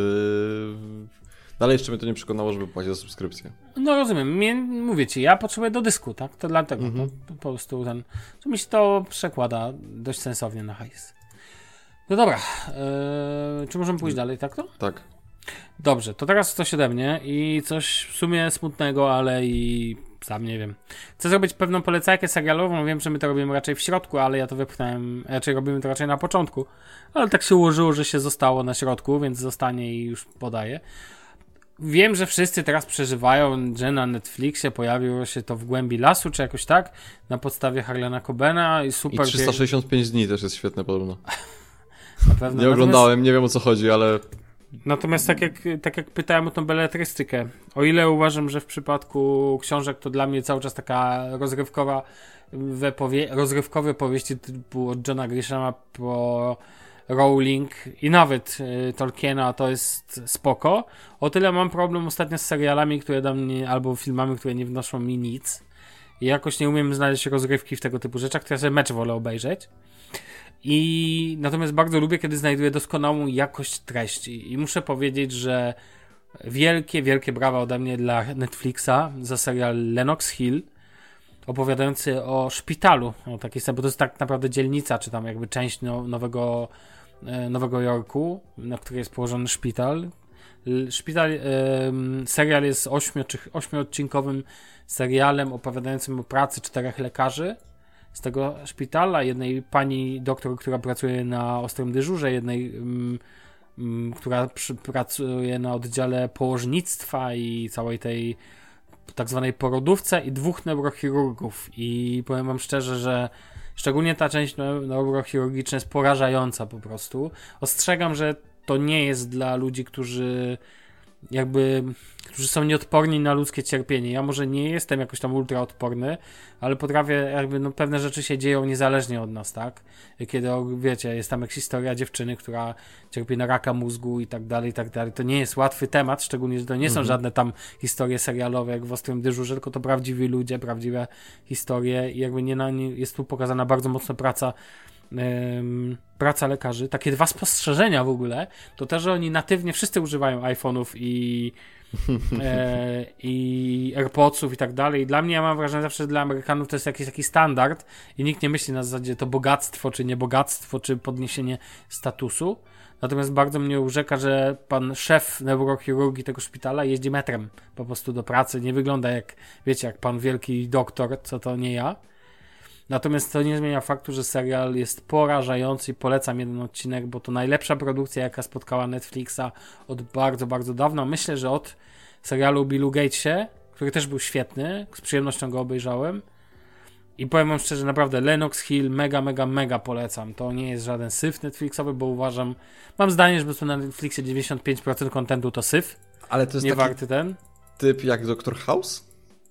dalej jeszcze mnie to nie przekonało, żeby płacić za subskrypcję. No rozumiem, Mnie, mówię ci, ja potrzebuję do dysku, tak? To dlatego, mm-hmm. no, po prostu ten, że mi się to przekłada dość sensownie na hajs. No dobra, yy, czy możemy pójść dalej, tak to? Tak. Dobrze, to teraz coś ode mnie i coś w sumie smutnego, ale i sam nie wiem. Chcę zrobić pewną polecajkę serialową, wiem, że my to robimy raczej w środku, ale ja to wypchnąłem, raczej robimy to raczej na początku, ale tak się ułożyło, że się zostało na środku, więc zostanie i już podaję. Wiem, że wszyscy teraz przeżywają, że na Netflixie pojawiło się to W głębi lasu, czy jakoś tak, na podstawie Harlana Cobena i super... I trzysta sześćdziesiąt pięć dni też jest świetne podobno. Na pewno. Nie oglądałem, nie wiem o co chodzi, ale... Natomiast tak jak, tak jak pytałem o tą beletrystykę, o ile uważam, że w przypadku książek to dla mnie cały czas taka rozrywkowa powie- rozrywkowe powieści typu od Johna Grishama po Rowling i nawet y, Tolkiena to jest spoko. O tyle mam problem ostatnio z serialami, które do mnie, albo filmami, które nie wnoszą mi nic. I jakoś nie umiem znaleźć rozrywki w tego typu rzeczach, które sobie mecz wolę obejrzeć. I natomiast bardzo lubię, kiedy znajduję doskonałą jakość treści. I muszę powiedzieć, że wielkie, wielkie brawa ode mnie dla Netflixa za serial Lenox Hill, opowiadający o szpitalu, o takiej, bo to jest tak naprawdę dzielnica, czy tam jakby część no, nowego, Nowego Jorku, na której jest położony szpital. Szpital, yy, serial jest ośmiu, czy ośmiodcinkowym serialem opowiadającym o pracy czterech lekarzy z tego szpitala, jednej pani doktor, która pracuje na ostrym dyżurze, jednej mm, mm, która przy, pracuje na oddziale położnictwa i całej tej tak zwanej porodówce i dwóch neurochirurgów. I powiem wam szczerze, że szczególnie ta część neurochirurgiczna jest porażająca po prostu. Ostrzegam, że to nie jest dla ludzi, którzy jakby, którzy są nieodporni na ludzkie cierpienie. Ja może nie jestem jakoś tam ultra odporny, ale potrafię, jakby no pewne rzeczy się dzieją niezależnie od nas, tak? Kiedy, wiecie, jest tam jakaś historia dziewczyny, która cierpi na raka mózgu i tak dalej, i tak dalej. To nie jest łatwy temat, szczególnie, że to nie są mhm. żadne tam historie serialowe jak w Ostrym Dyżurze, tylko to prawdziwi ludzie, prawdziwe historie i jakby nie, na, nie jest tu pokazana bardzo mocno praca Ym, praca lekarzy. Takie dwa spostrzeżenia w ogóle, to też, że oni natywnie wszyscy używają iPhone'ów i e, i AirPodsów i tak dalej. I dla mnie, ja mam wrażenie zawsze, że dla Amerykanów to jest jakiś taki standard i nikt nie myśli na zasadzie to bogactwo, czy niebogactwo, czy podniesienie statusu. Natomiast bardzo mnie urzeka, że pan szef neurochirurgii tego szpitala jeździ metrem po prostu do pracy. Nie wygląda jak, wiecie, jak pan wielki doktor, co to nie ja. Natomiast to nie zmienia faktu, że serial jest porażający i polecam jeden odcinek, bo to najlepsza produkcja, jaka spotkała Netflixa od bardzo, bardzo dawna. Myślę, że od serialu o Billu Gatesie, który też był świetny, z przyjemnością go obejrzałem. I powiem wam szczerze, naprawdę Lenox Hill mega, mega, mega polecam. To nie jest żaden syf Netflixowy, bo uważam, mam zdanie, że po prostu na Netflixie dziewięćdziesiąt pięć procent kontentu to syf. Ale to jest nie taki warty ten typ jak doktor House?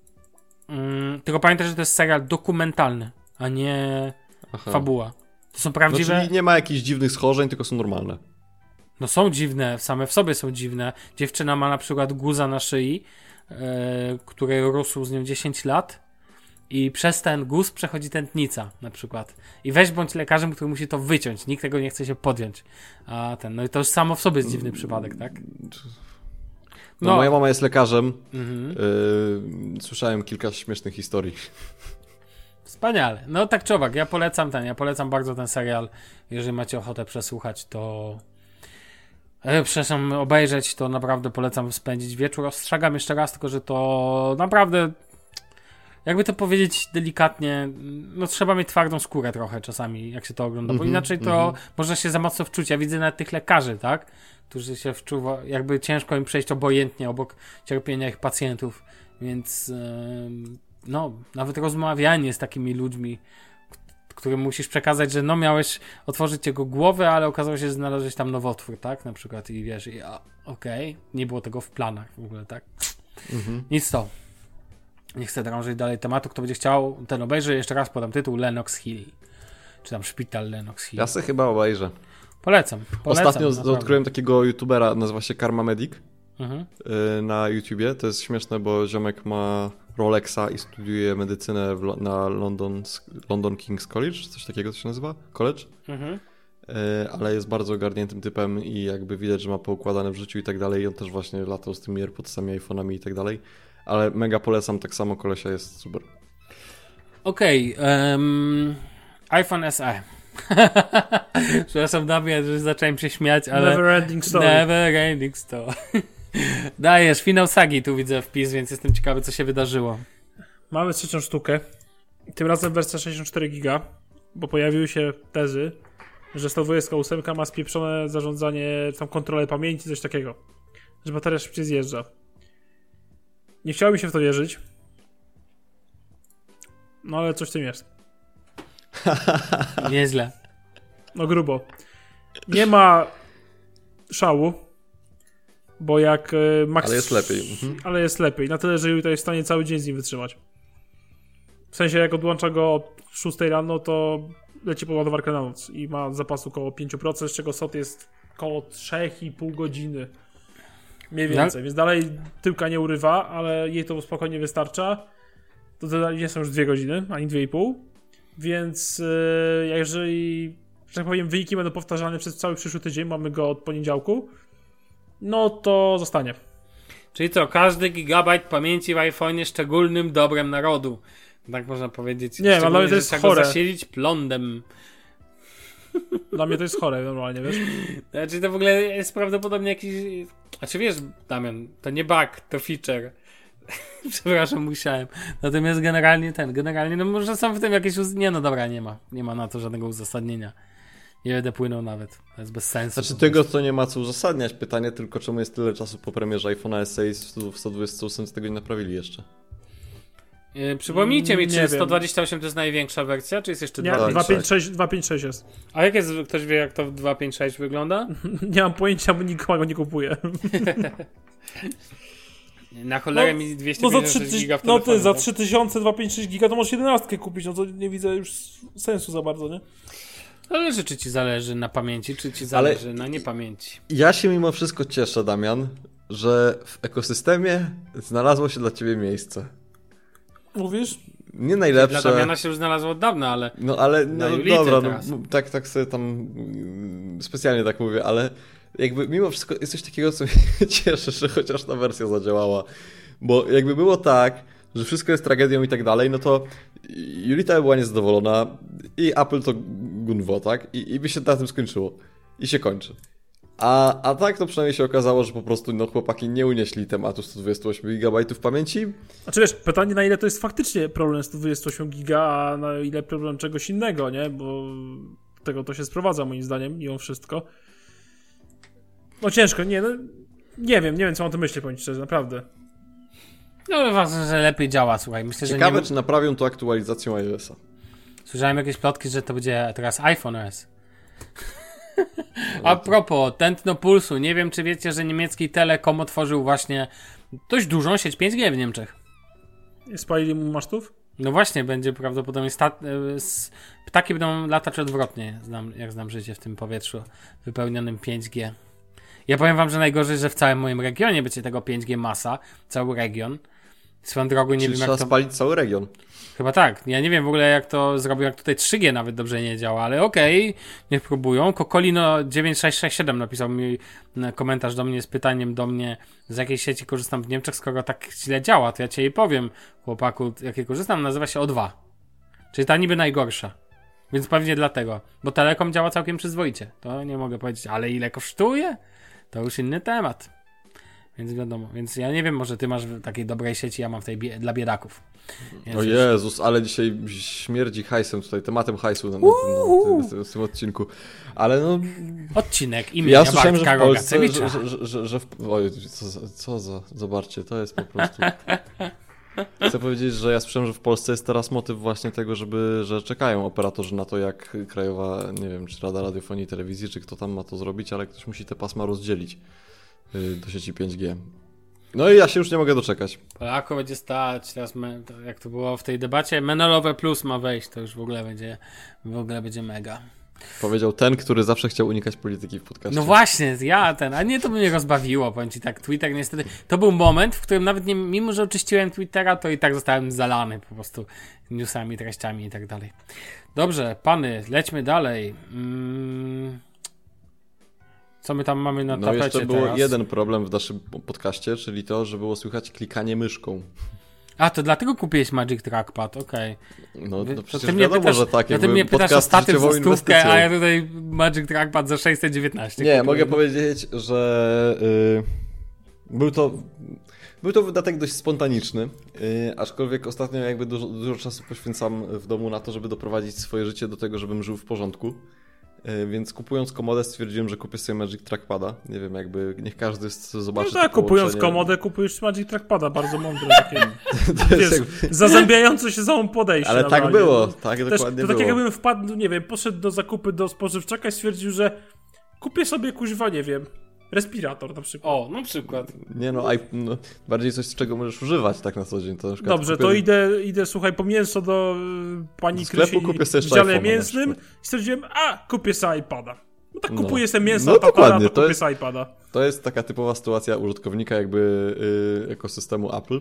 Mm, tylko pamiętaj, że to jest serial dokumentalny, a nie Aha. fabuła. To są prawdziwe... No, czyli nie ma jakichś dziwnych schorzeń, tylko są normalne. No są dziwne, same w sobie są dziwne. Dziewczyna ma na przykład guza na szyi, yy, który rósł z nią dziesięć lat i przez ten guz przechodzi tętnica na przykład. I weź bądź lekarzem, który musi to wyciąć. Nikt tego nie chce się podjąć. A ten, no i to już samo w sobie jest dziwny przypadek, tak? No, no moja mama jest lekarzem. Mhm. Yy, słyszałem kilka śmiesznych historii. Wspaniale. No tak czy owak, ja polecam ten, ja polecam bardzo ten serial. Jeżeli macie ochotę przesłuchać, to e, przepraszam, obejrzeć, to naprawdę polecam spędzić wieczór. Ostrzegam jeszcze raz, tylko że to naprawdę, jakby to powiedzieć delikatnie, no trzeba mieć twardą skórę trochę czasami, jak się to ogląda, mm-hmm, bo inaczej to mm-hmm. można się za mocno wczuć. Ja widzę nawet tych lekarzy, tak, którzy się wczuwa, jakby ciężko im przejść obojętnie obok cierpienia ich pacjentów, więc yy, no, nawet rozmawianie z takimi ludźmi, którym musisz przekazać, że no miałeś otworzyć jego głowę, ale okazało się, że znalazłeś tam nowotwór, tak, na przykład i wiesz, i okej, okay, nie było tego w planach w ogóle, tak, mm-hmm. nic to. Nie chcę drążyć dalej tematu. Kto będzie chciał, ten obejrzy. Jeszcze raz podam tytuł Lenox Hill. Czy tam szpital Lenox Hill. Ja se chyba obejrzę. Polecam. polecam Ostatnio naprawdę. odkryłem takiego youtubera, nazywa się Karma Medic mhm. na YouTubie. To jest śmieszne, bo ziomek ma Rolexa i studiuje medycynę w, na London, London King's College, coś takiego to się nazywa? College? Mhm. Ale jest bardzo ogarniętym typem i jakby widać, że ma poukładane w życiu i tak dalej. I on też właśnie latał z tymi AirPodsami, iPhone'ami i tak dalej. Ale mega polecam, tak samo kolesia jest super. Okej, okay, um, iPhone S E. Przepraszam na mnie, że zacząłem się śmiać, ale... Never ending story. Never ending story. Dajesz, finał sagi, tu widzę wpis, więc jestem ciekawy, co się wydarzyło. Mamy trzecią sztukę. Tym razem wersja sześćdziesiąt cztery giga, bo pojawiły się tezy, że sto dwadzieścia osiem ma spieprzone zarządzanie, tam kontrolę pamięci, coś takiego. Że bateria szybciej zjeżdża. Nie chciało mi się w to wierzyć. No ale coś w tym jest. Nieźle. No grubo. Nie ma szału, bo jak Max... Ale jest lepiej. Mhm. Ale jest lepiej. Na tyle, że tutaj jest w stanie cały dzień z nim wytrzymać. W sensie jak odłącza go o szóstej rano, to leci pod ładowarkę na noc i ma zapasu około pięć procent, z czego S O T jest około trzy i pół godziny. Mniej więcej, no. Więc dalej tyłka nie urywa, ale jej to spokojnie wystarcza. To dalej nie są już dwie godziny, ani dwie i pół. Więc yy, jeżeli, że tak powiem, wyniki będą powtarzane przez cały przyszły tydzień, mamy go od poniedziałku, no to zostanie. Czyli co, każdy gigabajt pamięci w iPhone'ie szczególnym dobrem narodu. Tak można powiedzieć. Nie, ale to jest trzeba chore. go zasilić plądem. Dla mnie to jest chore normalnie, wiesz? Znaczy to w ogóle jest prawdopodobnie jakiś... Znaczy wiesz, Damian, to nie bug, to feature. Przepraszam, musiałem. Natomiast generalnie ten, generalnie, no może są w tym jakieś... Uz... Nie, no dobra, nie ma. Nie ma na to żadnego uzasadnienia. Nie będę płynął nawet. To jest bez sensu. Znaczy tego, co nie ma co uzasadniać. Pytanie tylko, czemu jest tyle czasu po premierze iPhone'a S E w sto dwudziestym ósmym tego nie naprawili jeszcze. Yy, przypomnijcie mi, Nie czy wiem. sto dwadzieścia osiem to jest największa wersja, czy jest jeszcze Nie, dwa pięć sześć? dwa pięć sześć jest. A jak jest, ktoś wie jak to w dwa pięć sześć wygląda? Nie mam pojęcia, bo nikogo go nie kupuję. Na cholerę no, mi dwieście no za pięćdziesiąt sześć giga w No telefonie, ty, za tak? trzy tysiące dwieście pięćdziesiąt sześć giga to masz jedenastkę kupić, no to nie widzę już sensu za bardzo, nie? Zależy, czy ci zależy na pamięci, czy ci zależy Ale na niepamięci. Ja się mimo wszystko cieszę, Damian, że w ekosystemie znalazło się dla ciebie miejsce. Mówisz? Nie najlepsze. Dla Damiana się już znalazło od dawna, ale... No ale, no dobra, teraz. no, tak, tak sobie tam specjalnie tak mówię, ale jakby mimo wszystko jest coś takiego, co mnie cieszy, że chociaż ta wersja zadziałała. Bo jakby było tak, że wszystko jest tragedią i tak dalej, no to Julita była niezadowolona i Apple to gunwo, tak? I, i by się na tym skończyło. I się kończy. A, a tak to przynajmniej się okazało, że po prostu no, chłopaki nie unieśli tematu sto dwadzieścia osiem gigabajtów pamięci. Znaczy wiesz, pytanie na ile to jest faktycznie problem sto dwadzieścia osiem giga, a na ile problem czegoś innego, nie? Bo do tego to się sprowadza moim zdaniem, mimo wszystko. No ciężko, nie, no, nie wiem, nie wiem co mam tu myśleć, powiem szczerze, naprawdę. No ważne, że lepiej działa, słuchaj. Myślę, Ciekawe, że nie... czy naprawią to aktualizacją iOS-a. Słyszałem jakieś plotki, że to będzie teraz iPhone O S. A propos, tętno pulsu. Nie wiem, czy wiecie, że niemiecki Telekom otworzył właśnie dość dużą sieć pięć G w Niemczech. Spalili mu masztów? No właśnie, będzie prawdopodobnie sta- s- ptaki będą latać odwrotnie, znam, jak znam życie w tym powietrzu wypełnionym pięć G. Ja powiem wam, że najgorzej, że w całym moim regionie będzie tego pięć G masa, cały region. Swoją drogą nie Czyli wiem trzeba jak to... spalić cały region. Chyba tak. Ja nie wiem w ogóle jak to zrobił, jak tutaj trzy G nawet dobrze nie działa, ale okej, okay, niech próbują. Kokolino dziewięć sześć sześć siedem napisał mi komentarz do mnie z pytaniem do mnie, z jakiej sieci korzystam w Niemczech, skoro tak źle działa, to ja ci jej powiem, chłopaku, jakiej korzystam, nazywa się O dwa. Czyli ta niby najgorsza. Więc pewnie dlatego. Bo Telekom działa całkiem przyzwoicie. To nie mogę powiedzieć, ale ile kosztuje? To już inny temat. Więc wiadomo, więc ja nie wiem, może ty masz w takiej dobrej sieci, ja mam w tej bie- dla biedaków. Więc o już... Jezus, ale dzisiaj śmierdzi hajsem tutaj, tematem hajsu na, na, na, na, tym, w tym odcinku. Ale no... Odcinek imienia Ja słyszałem, że Bartka w Polsce, Rogacewicza. że, że, że, że w... Oj, co, za- co za... Zobaczcie, to jest po prostu... Chcę powiedzieć, że ja słyszałem, że w Polsce jest teraz motyw właśnie tego, żeby, że czekają operatorzy na to, jak Krajowa, nie wiem, czy Rada Radiofonii i Telewizji, czy kto tam ma to zrobić, ale ktoś musi te pasma rozdzielić do sieci pięć G. No i ja się już nie mogę doczekać. Polaków będzie stać, teraz me, to jak to było w tej debacie, Menelowe Plus ma wejść, to już w ogóle będzie, w ogóle będzie mega. Powiedział ten, który zawsze chciał unikać polityki w podcaście. No właśnie, ja ten, a nie to by mnie rozbawiło, powiem ci tak, Twitter niestety, to był moment, w którym nawet nie, mimo że oczyściłem Twittera, to i tak zostałem zalany po prostu newsami, treściami i tak dalej. Dobrze, pany, lećmy dalej. Mm. Co my tam mamy na No tapecie jeszcze było teraz? jeden problem w naszym podcaście, czyli to, że było słychać klikanie myszką. A, to dlatego kupiłeś Magic Trackpad, okej. No, no To przecież ty mnie wiadomo, pytasz, że tak. ja ty mnie pytasz o podcast statyw życiową za stówkę, inwestycją. a ja tutaj Magic Trackpad za sześćset dziewiętnaście. Nie, kupiłem. mogę powiedzieć, że yy, był to był to wydatek dość spontaniczny, yy, aczkolwiek ostatnio jakby dużo, dużo czasu poświęcam w domu na to, żeby doprowadzić swoje życie do tego, żebym żył w porządku. Yy, więc kupując komodę stwierdziłem, że kupię sobie Magic Trackpada. Nie wiem, jakby niech każdy zobaczy. No tak, to kupując połączenie. komodę, kupujesz Magic Trackpada, bardzo mądre takie. To jest Wiesz, jakby... zazębiające się za podejście. Ale tak normalnie. było, tak Też, dokładnie to tak było. jakbym wpadł, nie wiem, poszedł do zakupy do spożywczaka i stwierdził, że kupię sobie kuźwa, nie wiem, Respirator na przykład. O, na przykład. Nie no, i, no, bardziej coś, z czego możesz używać tak na co dzień. To na przykład Dobrze, kupię... to idę, idę, słuchaj, po mięso do y, pani Do sklepu Krysi kupię sobie w dziale iPhone'a na mięsnym przykład. i stwierdziłem, a, kupię sobie iPada. No tak No. kupuję sobie mięso, No a tatara, dokładnie, to to kupię jest- sobie iPada. To jest taka typowa sytuacja użytkownika jakby y, ekosystemu Apple.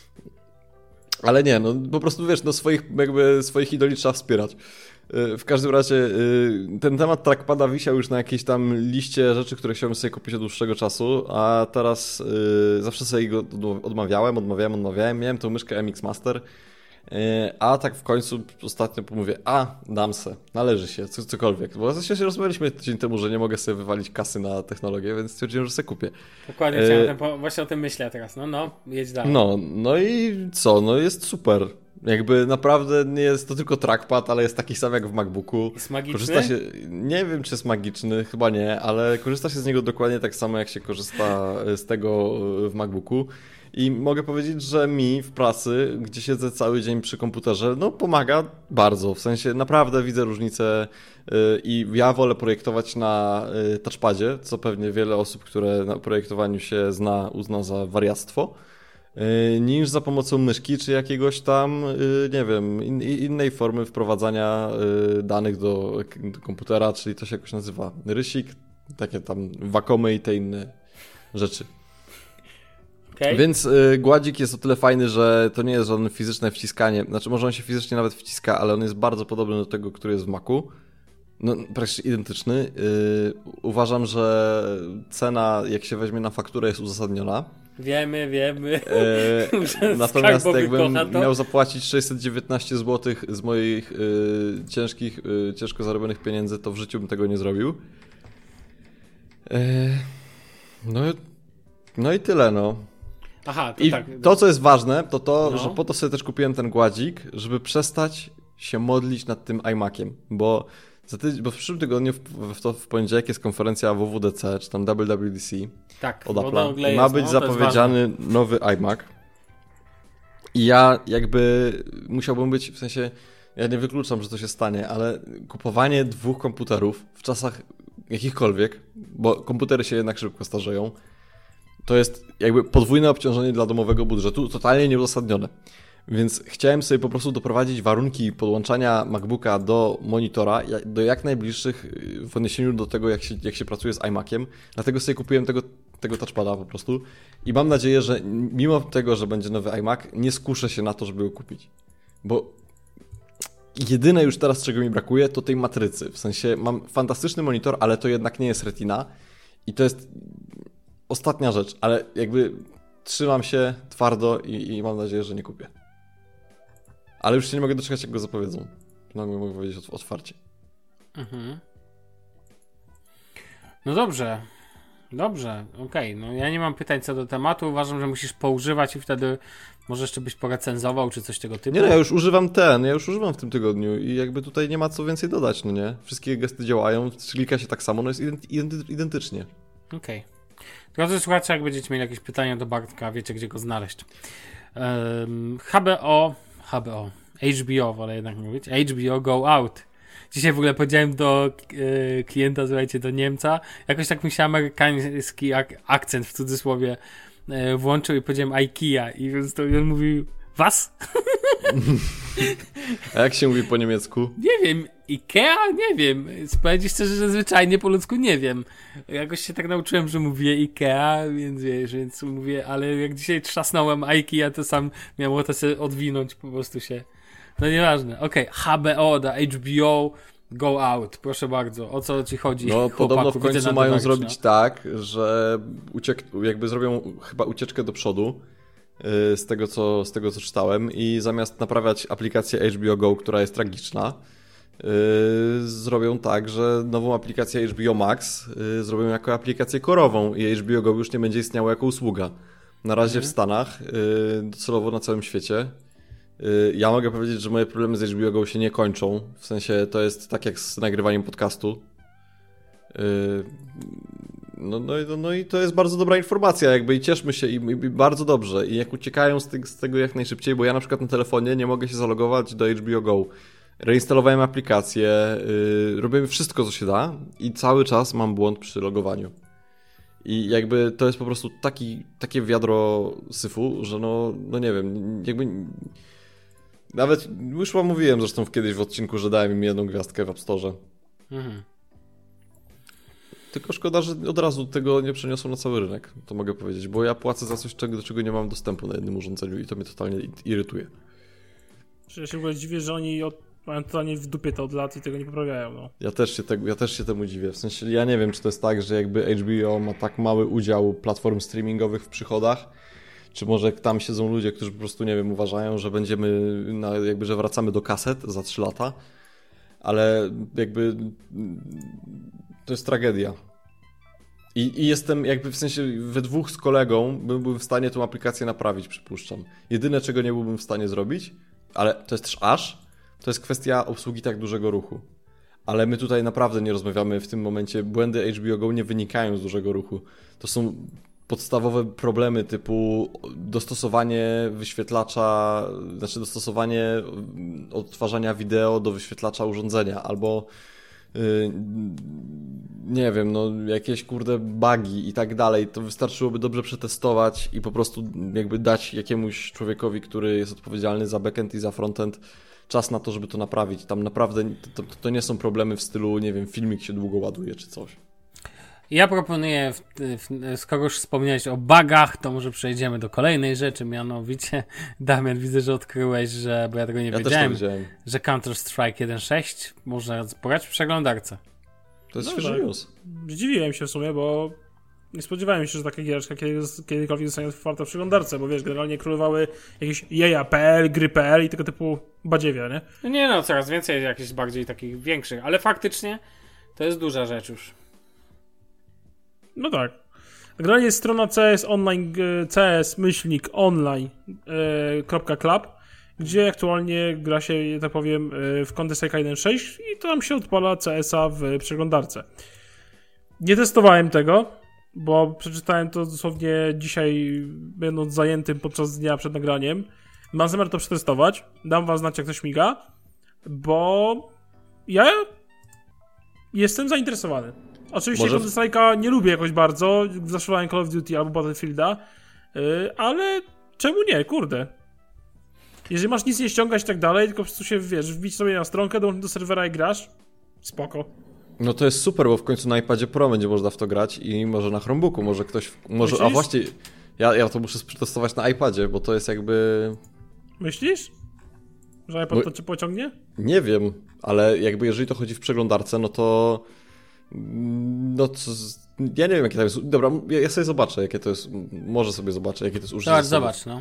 Ale nie, no po prostu wiesz, no swoich, jakby swoich idoli trzeba wspierać. Y, w każdym razie y, ten temat trackpada wisiał już na jakiejś tam liście rzeczy, które chciałem sobie kupić od dłuższego czasu, a teraz y, zawsze sobie go od- odmawiałem, odmawiałem, odmawiałem. Miałem tą myszkę M X Master, y, a tak w końcu ostatnio mówię, a dam se, należy się, co, cokolwiek. Bo zresztą się rozmawialiśmy tydzień temu, że nie mogę sobie wywalić kasy na technologię, więc stwierdziłem, że sobie kupię. Dokładnie, E, chciałem o tym po... właśnie o tym myślę teraz. No, no, jedź dalej. No, no i co? No jest super. Jakby naprawdę nie jest to tylko trackpad, ale jest taki sam jak w MacBooku. Jest magiczny? Korzysta się, nie wiem czy jest magiczny, chyba nie, ale korzysta się z niego dokładnie tak samo jak się korzysta z tego w MacBooku. I mogę powiedzieć, że mi w pracy, gdzie siedzę cały dzień przy komputerze, no pomaga bardzo. W sensie naprawdę widzę różnicę yy, i ja wolę projektować na yy, touchpadzie, co pewnie wiele osób, które na projektowaniu się zna, uzna za wariactwo, yy, niż za pomocą myszki czy jakiegoś tam, yy, nie wiem, in, innej formy wprowadzania yy, danych do, do komputera, czyli to się jakoś nazywa rysik, takie tam wakomy i te inne rzeczy. Okay. Więc y, gładzik jest o tyle fajny, że to nie jest żadne fizyczne wciskanie. Znaczy, może on się fizycznie nawet wciska, ale on jest bardzo podobny do tego, który jest w Macu. No, praktycznie identyczny. Y, uważam, że cena, jak się weźmie na fakturę, jest uzasadniona. Wiemy, wiemy. Y, natomiast Skarbowy jakbym kocha to. miał zapłacić sześćset dziewiętnaście złotych z moich y, ciężkich, y, ciężko zarobionych pieniędzy, to w życiu bym tego nie zrobił. Y, no, no i tyle, no. Aha, to I tak. to, co jest ważne, to to, No. że po to sobie też kupiłem ten gładzik, żeby przestać się modlić nad tym iMaciem, bo, za ty, bo w przyszłym tygodniu, w, w, to, w poniedziałek jest konferencja W W D C, czy tam W W D C Tak, od bo Apple'a. nagle Ma jest, być no, to jest zapowiedziany nowy iMac. I ja jakby musiałbym być, w sensie, ja nie wykluczam, że to się stanie, ale kupowanie dwóch komputerów w czasach jakichkolwiek, bo komputery się jednak szybko starzeją, to jest jakby podwójne obciążenie dla domowego budżetu, totalnie nieuzasadnione. Więc chciałem sobie po prostu doprowadzić warunki podłączania MacBooka do monitora do jak najbliższych w odniesieniu do tego, jak się, jak się pracuje z iMaciem. Dlatego sobie kupiłem tego, tego touchpada po prostu. I mam nadzieję, że mimo tego, że będzie nowy iMac, nie skuszę się na to, żeby go kupić. Bo jedyne już teraz, czego mi brakuje, to tej matrycy. W sensie mam fantastyczny monitor, ale to jednak nie jest Retina. I to jest ostatnia rzecz, ale jakby trzymam się twardo i, i mam nadzieję, że nie kupię. Ale już się nie mogę doczekać, jak go zapowiedzą. Przynajmniej mogę powiedzieć otwarcie. Mhm. No dobrze. Dobrze, okej. Okay. No ja nie mam pytań co do tematu. Uważam, że musisz poużywać i wtedy może jeszcze byś porecenzował, czy coś tego typu. Nie no, ja już używam ten, ja już używam w tym tygodniu i jakby tutaj nie ma co więcej dodać, no nie? Wszystkie gesty działają, klika się tak samo, no jest identy- identycznie. Okej. Okay. Drodzy słuchacze, jak będziecie mieli jakieś pytania do Bartka, wiecie gdzie go znaleźć. Um, H B O, H B O, H B O wolę jednak mówić, H B O Go Out. Dzisiaj w ogóle powiedziałem do e, klienta, słuchajcie, do Niemca, jakoś tak mi się amerykański ak- akcent w cudzysłowie e, włączył i powiedziałem IKEA i więc to on mówił, was? A jak się mówi po niemiecku? Nie wiem, Ikea? Nie wiem. Powiedzieć szczerze, że zwyczajnie po ludzku nie wiem. Jakoś się tak nauczyłem, że mówię Ikea, więc wiesz, więc mówię, ale jak dzisiaj trzasnąłem IKEA, to sam miałem ochotę sobie odwinąć, po prostu się. No nieważne. Okej, okay. H B O, da H B O, Go Out. Proszę bardzo. O co ci chodzi? No chłopaku? podobno w końcu mają Mark, zrobić no. tak, że uciek- jakby zrobią chyba ucieczkę do przodu. Z tego, co, z tego co czytałem i zamiast naprawiać aplikację H B O Go, która jest tragiczna, yy, zrobią tak, że nową aplikację H B O Max yy, zrobią jako aplikację korową i H B O Go już nie będzie istniało jako usługa. Na razie Mhm. w Stanach, yy, docelowo na całym świecie. Yy, ja mogę powiedzieć, że moje problemy z H B O Go się nie kończą, w sensie to jest tak jak z nagrywaniem podcastu. Yy, No, no, no, no i to jest bardzo dobra informacja, jakby i cieszmy się i, i bardzo dobrze. I jak uciekają z, ty, z tego jak najszybciej, bo ja na przykład na telefonie nie mogę się zalogować do H B O Go. Reinstalowałem aplikację, yy, robię wszystko co się da i cały czas mam błąd przy logowaniu. I jakby to jest po prostu taki, takie wiadro syfu, że no, no nie wiem, jakby... Nawet, już wam mówiłem zresztą kiedyś w odcinku, że dałem im jedną gwiazdkę w App Store. Mhm. Tylko szkoda, że od razu tego nie przeniosą na cały rynek, to mogę powiedzieć, bo ja płacę za coś, do czego nie mam dostępu na jednym urządzeniu i to mnie totalnie irytuje. Ja się w ogóle dziwię, że oni od, mają totalnie w dupie to od lat i tego nie poprawiają. No. Ja, też się te, ja też się temu dziwię, w sensie ja nie wiem, czy to jest tak, że jakby H B O ma tak mały udział platform streamingowych w przychodach, czy może tam siedzą ludzie, którzy po prostu, nie wiem, uważają, że będziemy, na, jakby, że wracamy do kaset za trzy lata, ale jakby to jest tragedia. I, I jestem jakby w sensie we dwóch z kolegą byłbym w stanie tą aplikację naprawić, przypuszczam. Jedyne, czego nie byłbym w stanie zrobić, ale to jest też aż, to jest kwestia obsługi tak dużego ruchu. Ale my tutaj naprawdę nie rozmawiamy w tym momencie, błędy H B O Go nie wynikają z dużego ruchu. To są podstawowe problemy typu dostosowanie wyświetlacza, znaczy dostosowanie odtwarzania wideo do wyświetlacza urządzenia, albo yy, nie wiem, no jakieś kurde bugi i tak dalej. To wystarczyłoby dobrze przetestować i po prostu jakby dać jakiemuś człowiekowi, który jest odpowiedzialny za backend i za frontend, czas na to, żeby to naprawić. Tam naprawdę to, to, to nie są problemy w stylu, nie wiem, filmik się długo ładuje czy coś. Ja proponuję, w, w, skoro już wspomniałeś o bugach, to może przejdziemy do kolejnej rzeczy, mianowicie Damian, widzę, że odkryłeś, że, bo ja tego nie ja wiedziałem, też to wiedziałem, że Counter-Strike jeden kropka sześć można pograć w przeglądarce. To jest no świeży tak. news. Zdziwiłem się w sumie, bo nie spodziewałem się, że taka giereczka kiedy, kiedykolwiek zostanie otwarta w przeglądarce, bo wiesz, generalnie królowały jakieś jeja kropka p l, gry kropka p l i tego typu badziewia, nie? Nie no, coraz więcej jakichś bardziej takich większych, ale faktycznie to jest duża rzecz już. No tak. Generalnie jest strona C S online, cs myślnik online.club, gdzie aktualnie gra się, tak powiem, w Counter-Strike jeden kropka sześć i tam się odpala C S a w przeglądarce. Nie testowałem tego, bo przeczytałem to dosłownie dzisiaj, będąc zajętym podczas dnia przed nagraniem. Mam zamiar to przetestować. Dam wam znać, jak to śmiga, bo ja jestem zainteresowany. Oczywiście Może... Counter-Strike'a nie lubię jakoś bardzo, zaszywałem Call of Duty albo Battlefielda, yy, ale czemu nie, kurde. Jeżeli masz nic nie ściągać i tak dalej, tylko po prostu się, wiesz, wbić sobie na stronkę, dołączyć do serwera i grasz, spoko. No to jest super, bo w końcu na iPadzie Pro będzie można w to grać i może na Chromebooku, może ktoś, może, Myślisz? a właśnie, ja, ja to muszę przetestować na iPadzie, bo to jest jakby... Myślisz? Że iPad bo... to cię pociągnie? Nie wiem, ale jakby jeżeli to chodzi w przeglądarce, no to... No to, ja nie wiem, jakie to jest. Dobra, ja sobie zobaczę, jakie to jest. Może sobie zobaczę, jakie to jest użycie. Zobacz, zobacz, no.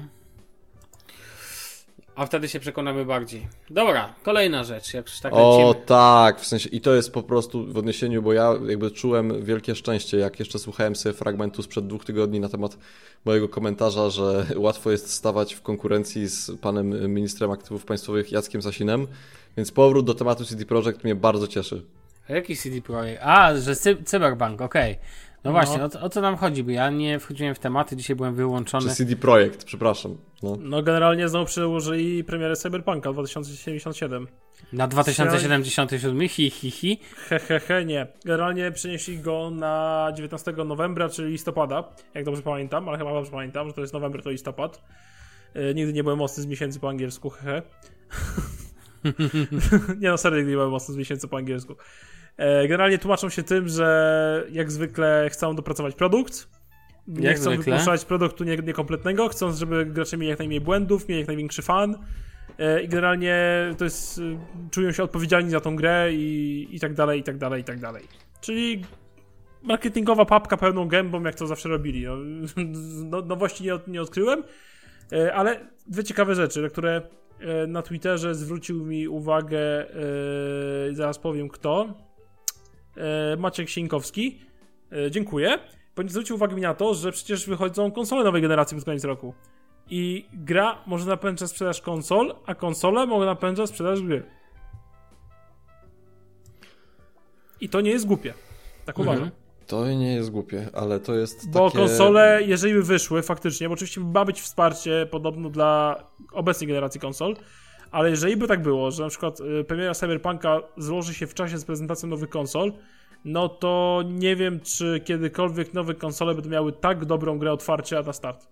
A wtedy się przekonamy bardziej. Dobra, kolejna rzecz, jak już tak O lecimy. tak, w sensie i to jest po prostu w odniesieniu, bo ja jakby czułem wielkie szczęście, jak jeszcze słuchałem sobie fragmentu sprzed dwóch tygodni na temat mojego komentarza, że łatwo jest stawać w konkurencji z panem ministrem aktywów państwowych Jackiem Sasinem, więc powrót do tematu C D Projekt mnie bardzo cieszy. A jaki C D Projekt? A, że cy- Cyberpunk, okej. Okay. No, no właśnie, o, o co nam chodzi, bo ja nie wchodziłem w tematy, dzisiaj byłem wyłączony. Czy C D Projekt, przepraszam. No. no generalnie znowu przełożyli premierę Cyberpunka dwa tysiące siedemdziesiąt siedem. Na dwa tysiące siedemdziesiąt siedem, hi hi hi. He he he, nie. Generalnie przenieśli go na dziewiętnastego nowembra, czyli listopada, jak dobrze pamiętam, ale chyba dobrze pamiętam, że to jest nowember, to listopad. Yy, nigdy nie byłem mocny z miesięcy po angielsku, he he. Nie no, serio, nigdy nie byłem mocny z miesięcy po angielsku. Generalnie tłumaczą się tym, że jak zwykle chcą dopracować produkt, nie jak chcą zwykle? wypuszczać produktu nie, niekompletnego, chcą, żeby gracze mieli jak najmniej błędów, mieli jak największy fan i generalnie to jest, czują się odpowiedzialni za tą grę i, i tak dalej, i tak dalej, i tak dalej. Czyli marketingowa papka pełną gębą, jak to zawsze robili. No, no, nowości nie, nie odkryłem, ale dwie ciekawe rzeczy, na które na Twitterze zwrócił mi uwagę, yy, zaraz powiem kto, yy, Maciek Sieńkowski, yy, dziękuję, ponieważ zwrócił uwagę mi na to, że przecież wychodzą konsole nowej generacji pod koniec roku i gra może napędzać sprzedaż konsol, a konsole mogą napędzać sprzedaż gry. I to nie jest głupie, tak mhm. uważam. To nie jest głupie, ale to jest Bo takie... konsole, jeżeli by wyszły faktycznie, bo oczywiście ma być wsparcie podobno dla obecnej generacji konsol, ale jeżeli by tak było, że na przykład premiera Cyberpunka złoży się w czasie z prezentacją nowych konsol, no to nie wiem, czy kiedykolwiek nowe konsole będą miały tak dobrą grę otwarcia na start.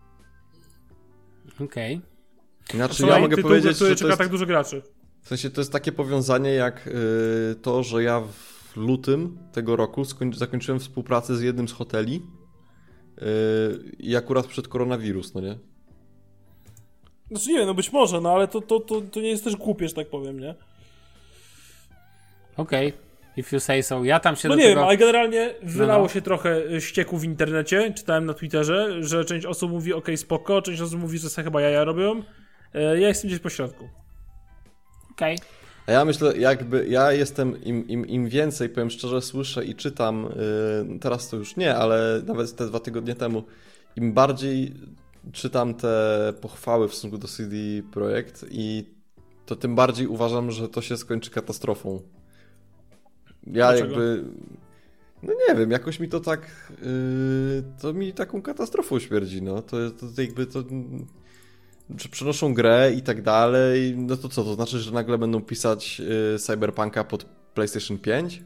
Okej. Znaczy, ja Słuchaj, mogę tytuł, powiedzieć, który że to czeka jest, tak dużo graczy. w sensie to jest takie powiązanie jak yy, to, że ja w lutym tego roku skoń- zakończyłem współpracę z jednym z hoteli yy, i akurat przed koronawirus, no nie? Znaczy nie wiem, no być może, no ale to, to, to, to nie jest też głupie, że tak powiem, nie? Okej. Okay. If you say so. Ja tam się No do nie tego... wiem, ale generalnie wylało no, no. się trochę ścieku w internecie, czytałem na Twitterze, że część osób mówi ok, spoko, część osób mówi, że sobie chyba jaja robią. Ja jestem gdzieś po środku. Okej. Okay. A ja myślę, jakby ja jestem, im, im, im więcej, powiem szczerze, słyszę i czytam, yy, teraz to już nie, ale nawet te dwa tygodnie temu, im bardziej czytam te pochwały w stosunku do C D Projekt i to tym bardziej uważam, że to się skończy katastrofą. Ja Dlaczego? jakby, no nie wiem, jakoś mi to tak, yy, to mi taką katastrofą śmierdzi, no, to, to, to jakby to... Czy przenoszą grę i tak dalej, no to co, to znaczy, że nagle będą pisać y, Cyberpunka pod PlayStation pięć?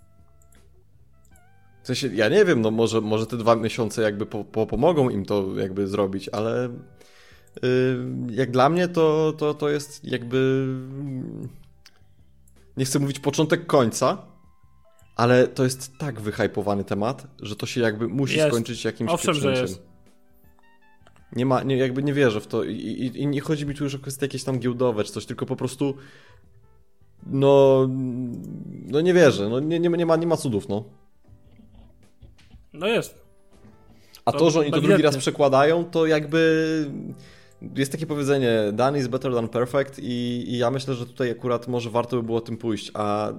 W sensie, ja nie wiem, no może, może te dwa miesiące jakby po, po, pomogą im to jakby zrobić, ale y, jak dla mnie to, to, to jest jakby, nie chcę mówić początek końca, ale to jest tak wyhypowany temat, że to się jakby musi jest. skończyć jakimś Owszem, że pieprznięciem. jest. Nie ma, nie, jakby nie wierzę w to I, i, i nie chodzi mi tu już o kwestie jakieś tam giełdowe czy coś, tylko po prostu no, no nie wierzę, no nie, nie, nie, ma, nie ma cudów, no. No jest. A To to, że oni to drugi ewidentnie. raz przekładają, to jakby jest takie powiedzenie done is better than perfect i, i ja myślę, że tutaj akurat może warto by było tym pójść, a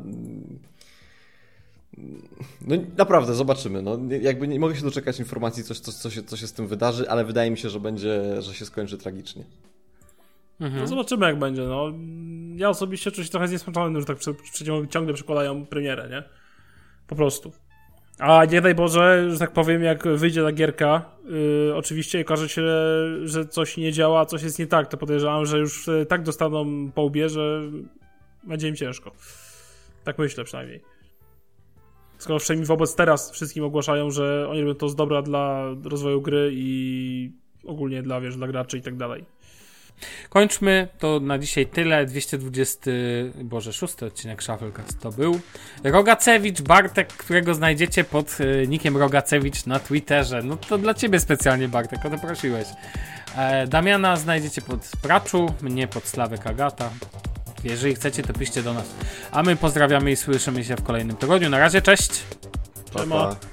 no naprawdę, zobaczymy. No, jakby nie mogę się doczekać informacji, coś, co, co, się, co się z tym wydarzy, ale wydaje mi się, że będzie, że się skończy tragicznie. Mhm. No zobaczymy jak będzie, no. Ja osobiście czuję się trochę zniesmaczony, że tak prze, prze, ciągle przekładają premierę, nie? Po prostu. A nie daj Boże, że tak powiem, jak wyjdzie ta gierka, yy, oczywiście i okaże się, że coś nie działa, coś jest nie tak, to podejrzewam, że już yy, tak dostaną po łbie, że będzie im ciężko. Tak myślę przynajmniej. Skoro przynajmniej wobec teraz wszystkim ogłaszają, że oni robią to z dobra dla rozwoju gry i ogólnie dla, wiesz, dla graczy i tak dalej. Kończmy, to na dzisiaj tyle. dwieście dwudziesty, boże, szósty odcinek Shufflecast to był. Rogacewicz, Bartek, którego znajdziecie pod y, nickiem Rogacewicz na Twitterze. No to dla ciebie specjalnie, Bartek, o to prosiłeś. E, Damiana znajdziecie pod Praczu, mnie pod Sławek Agata. Jeżeli chcecie, to piszcie do nas. A my pozdrawiamy i słyszymy się w kolejnym tygodniu. Na razie, cześć! Pa, pa.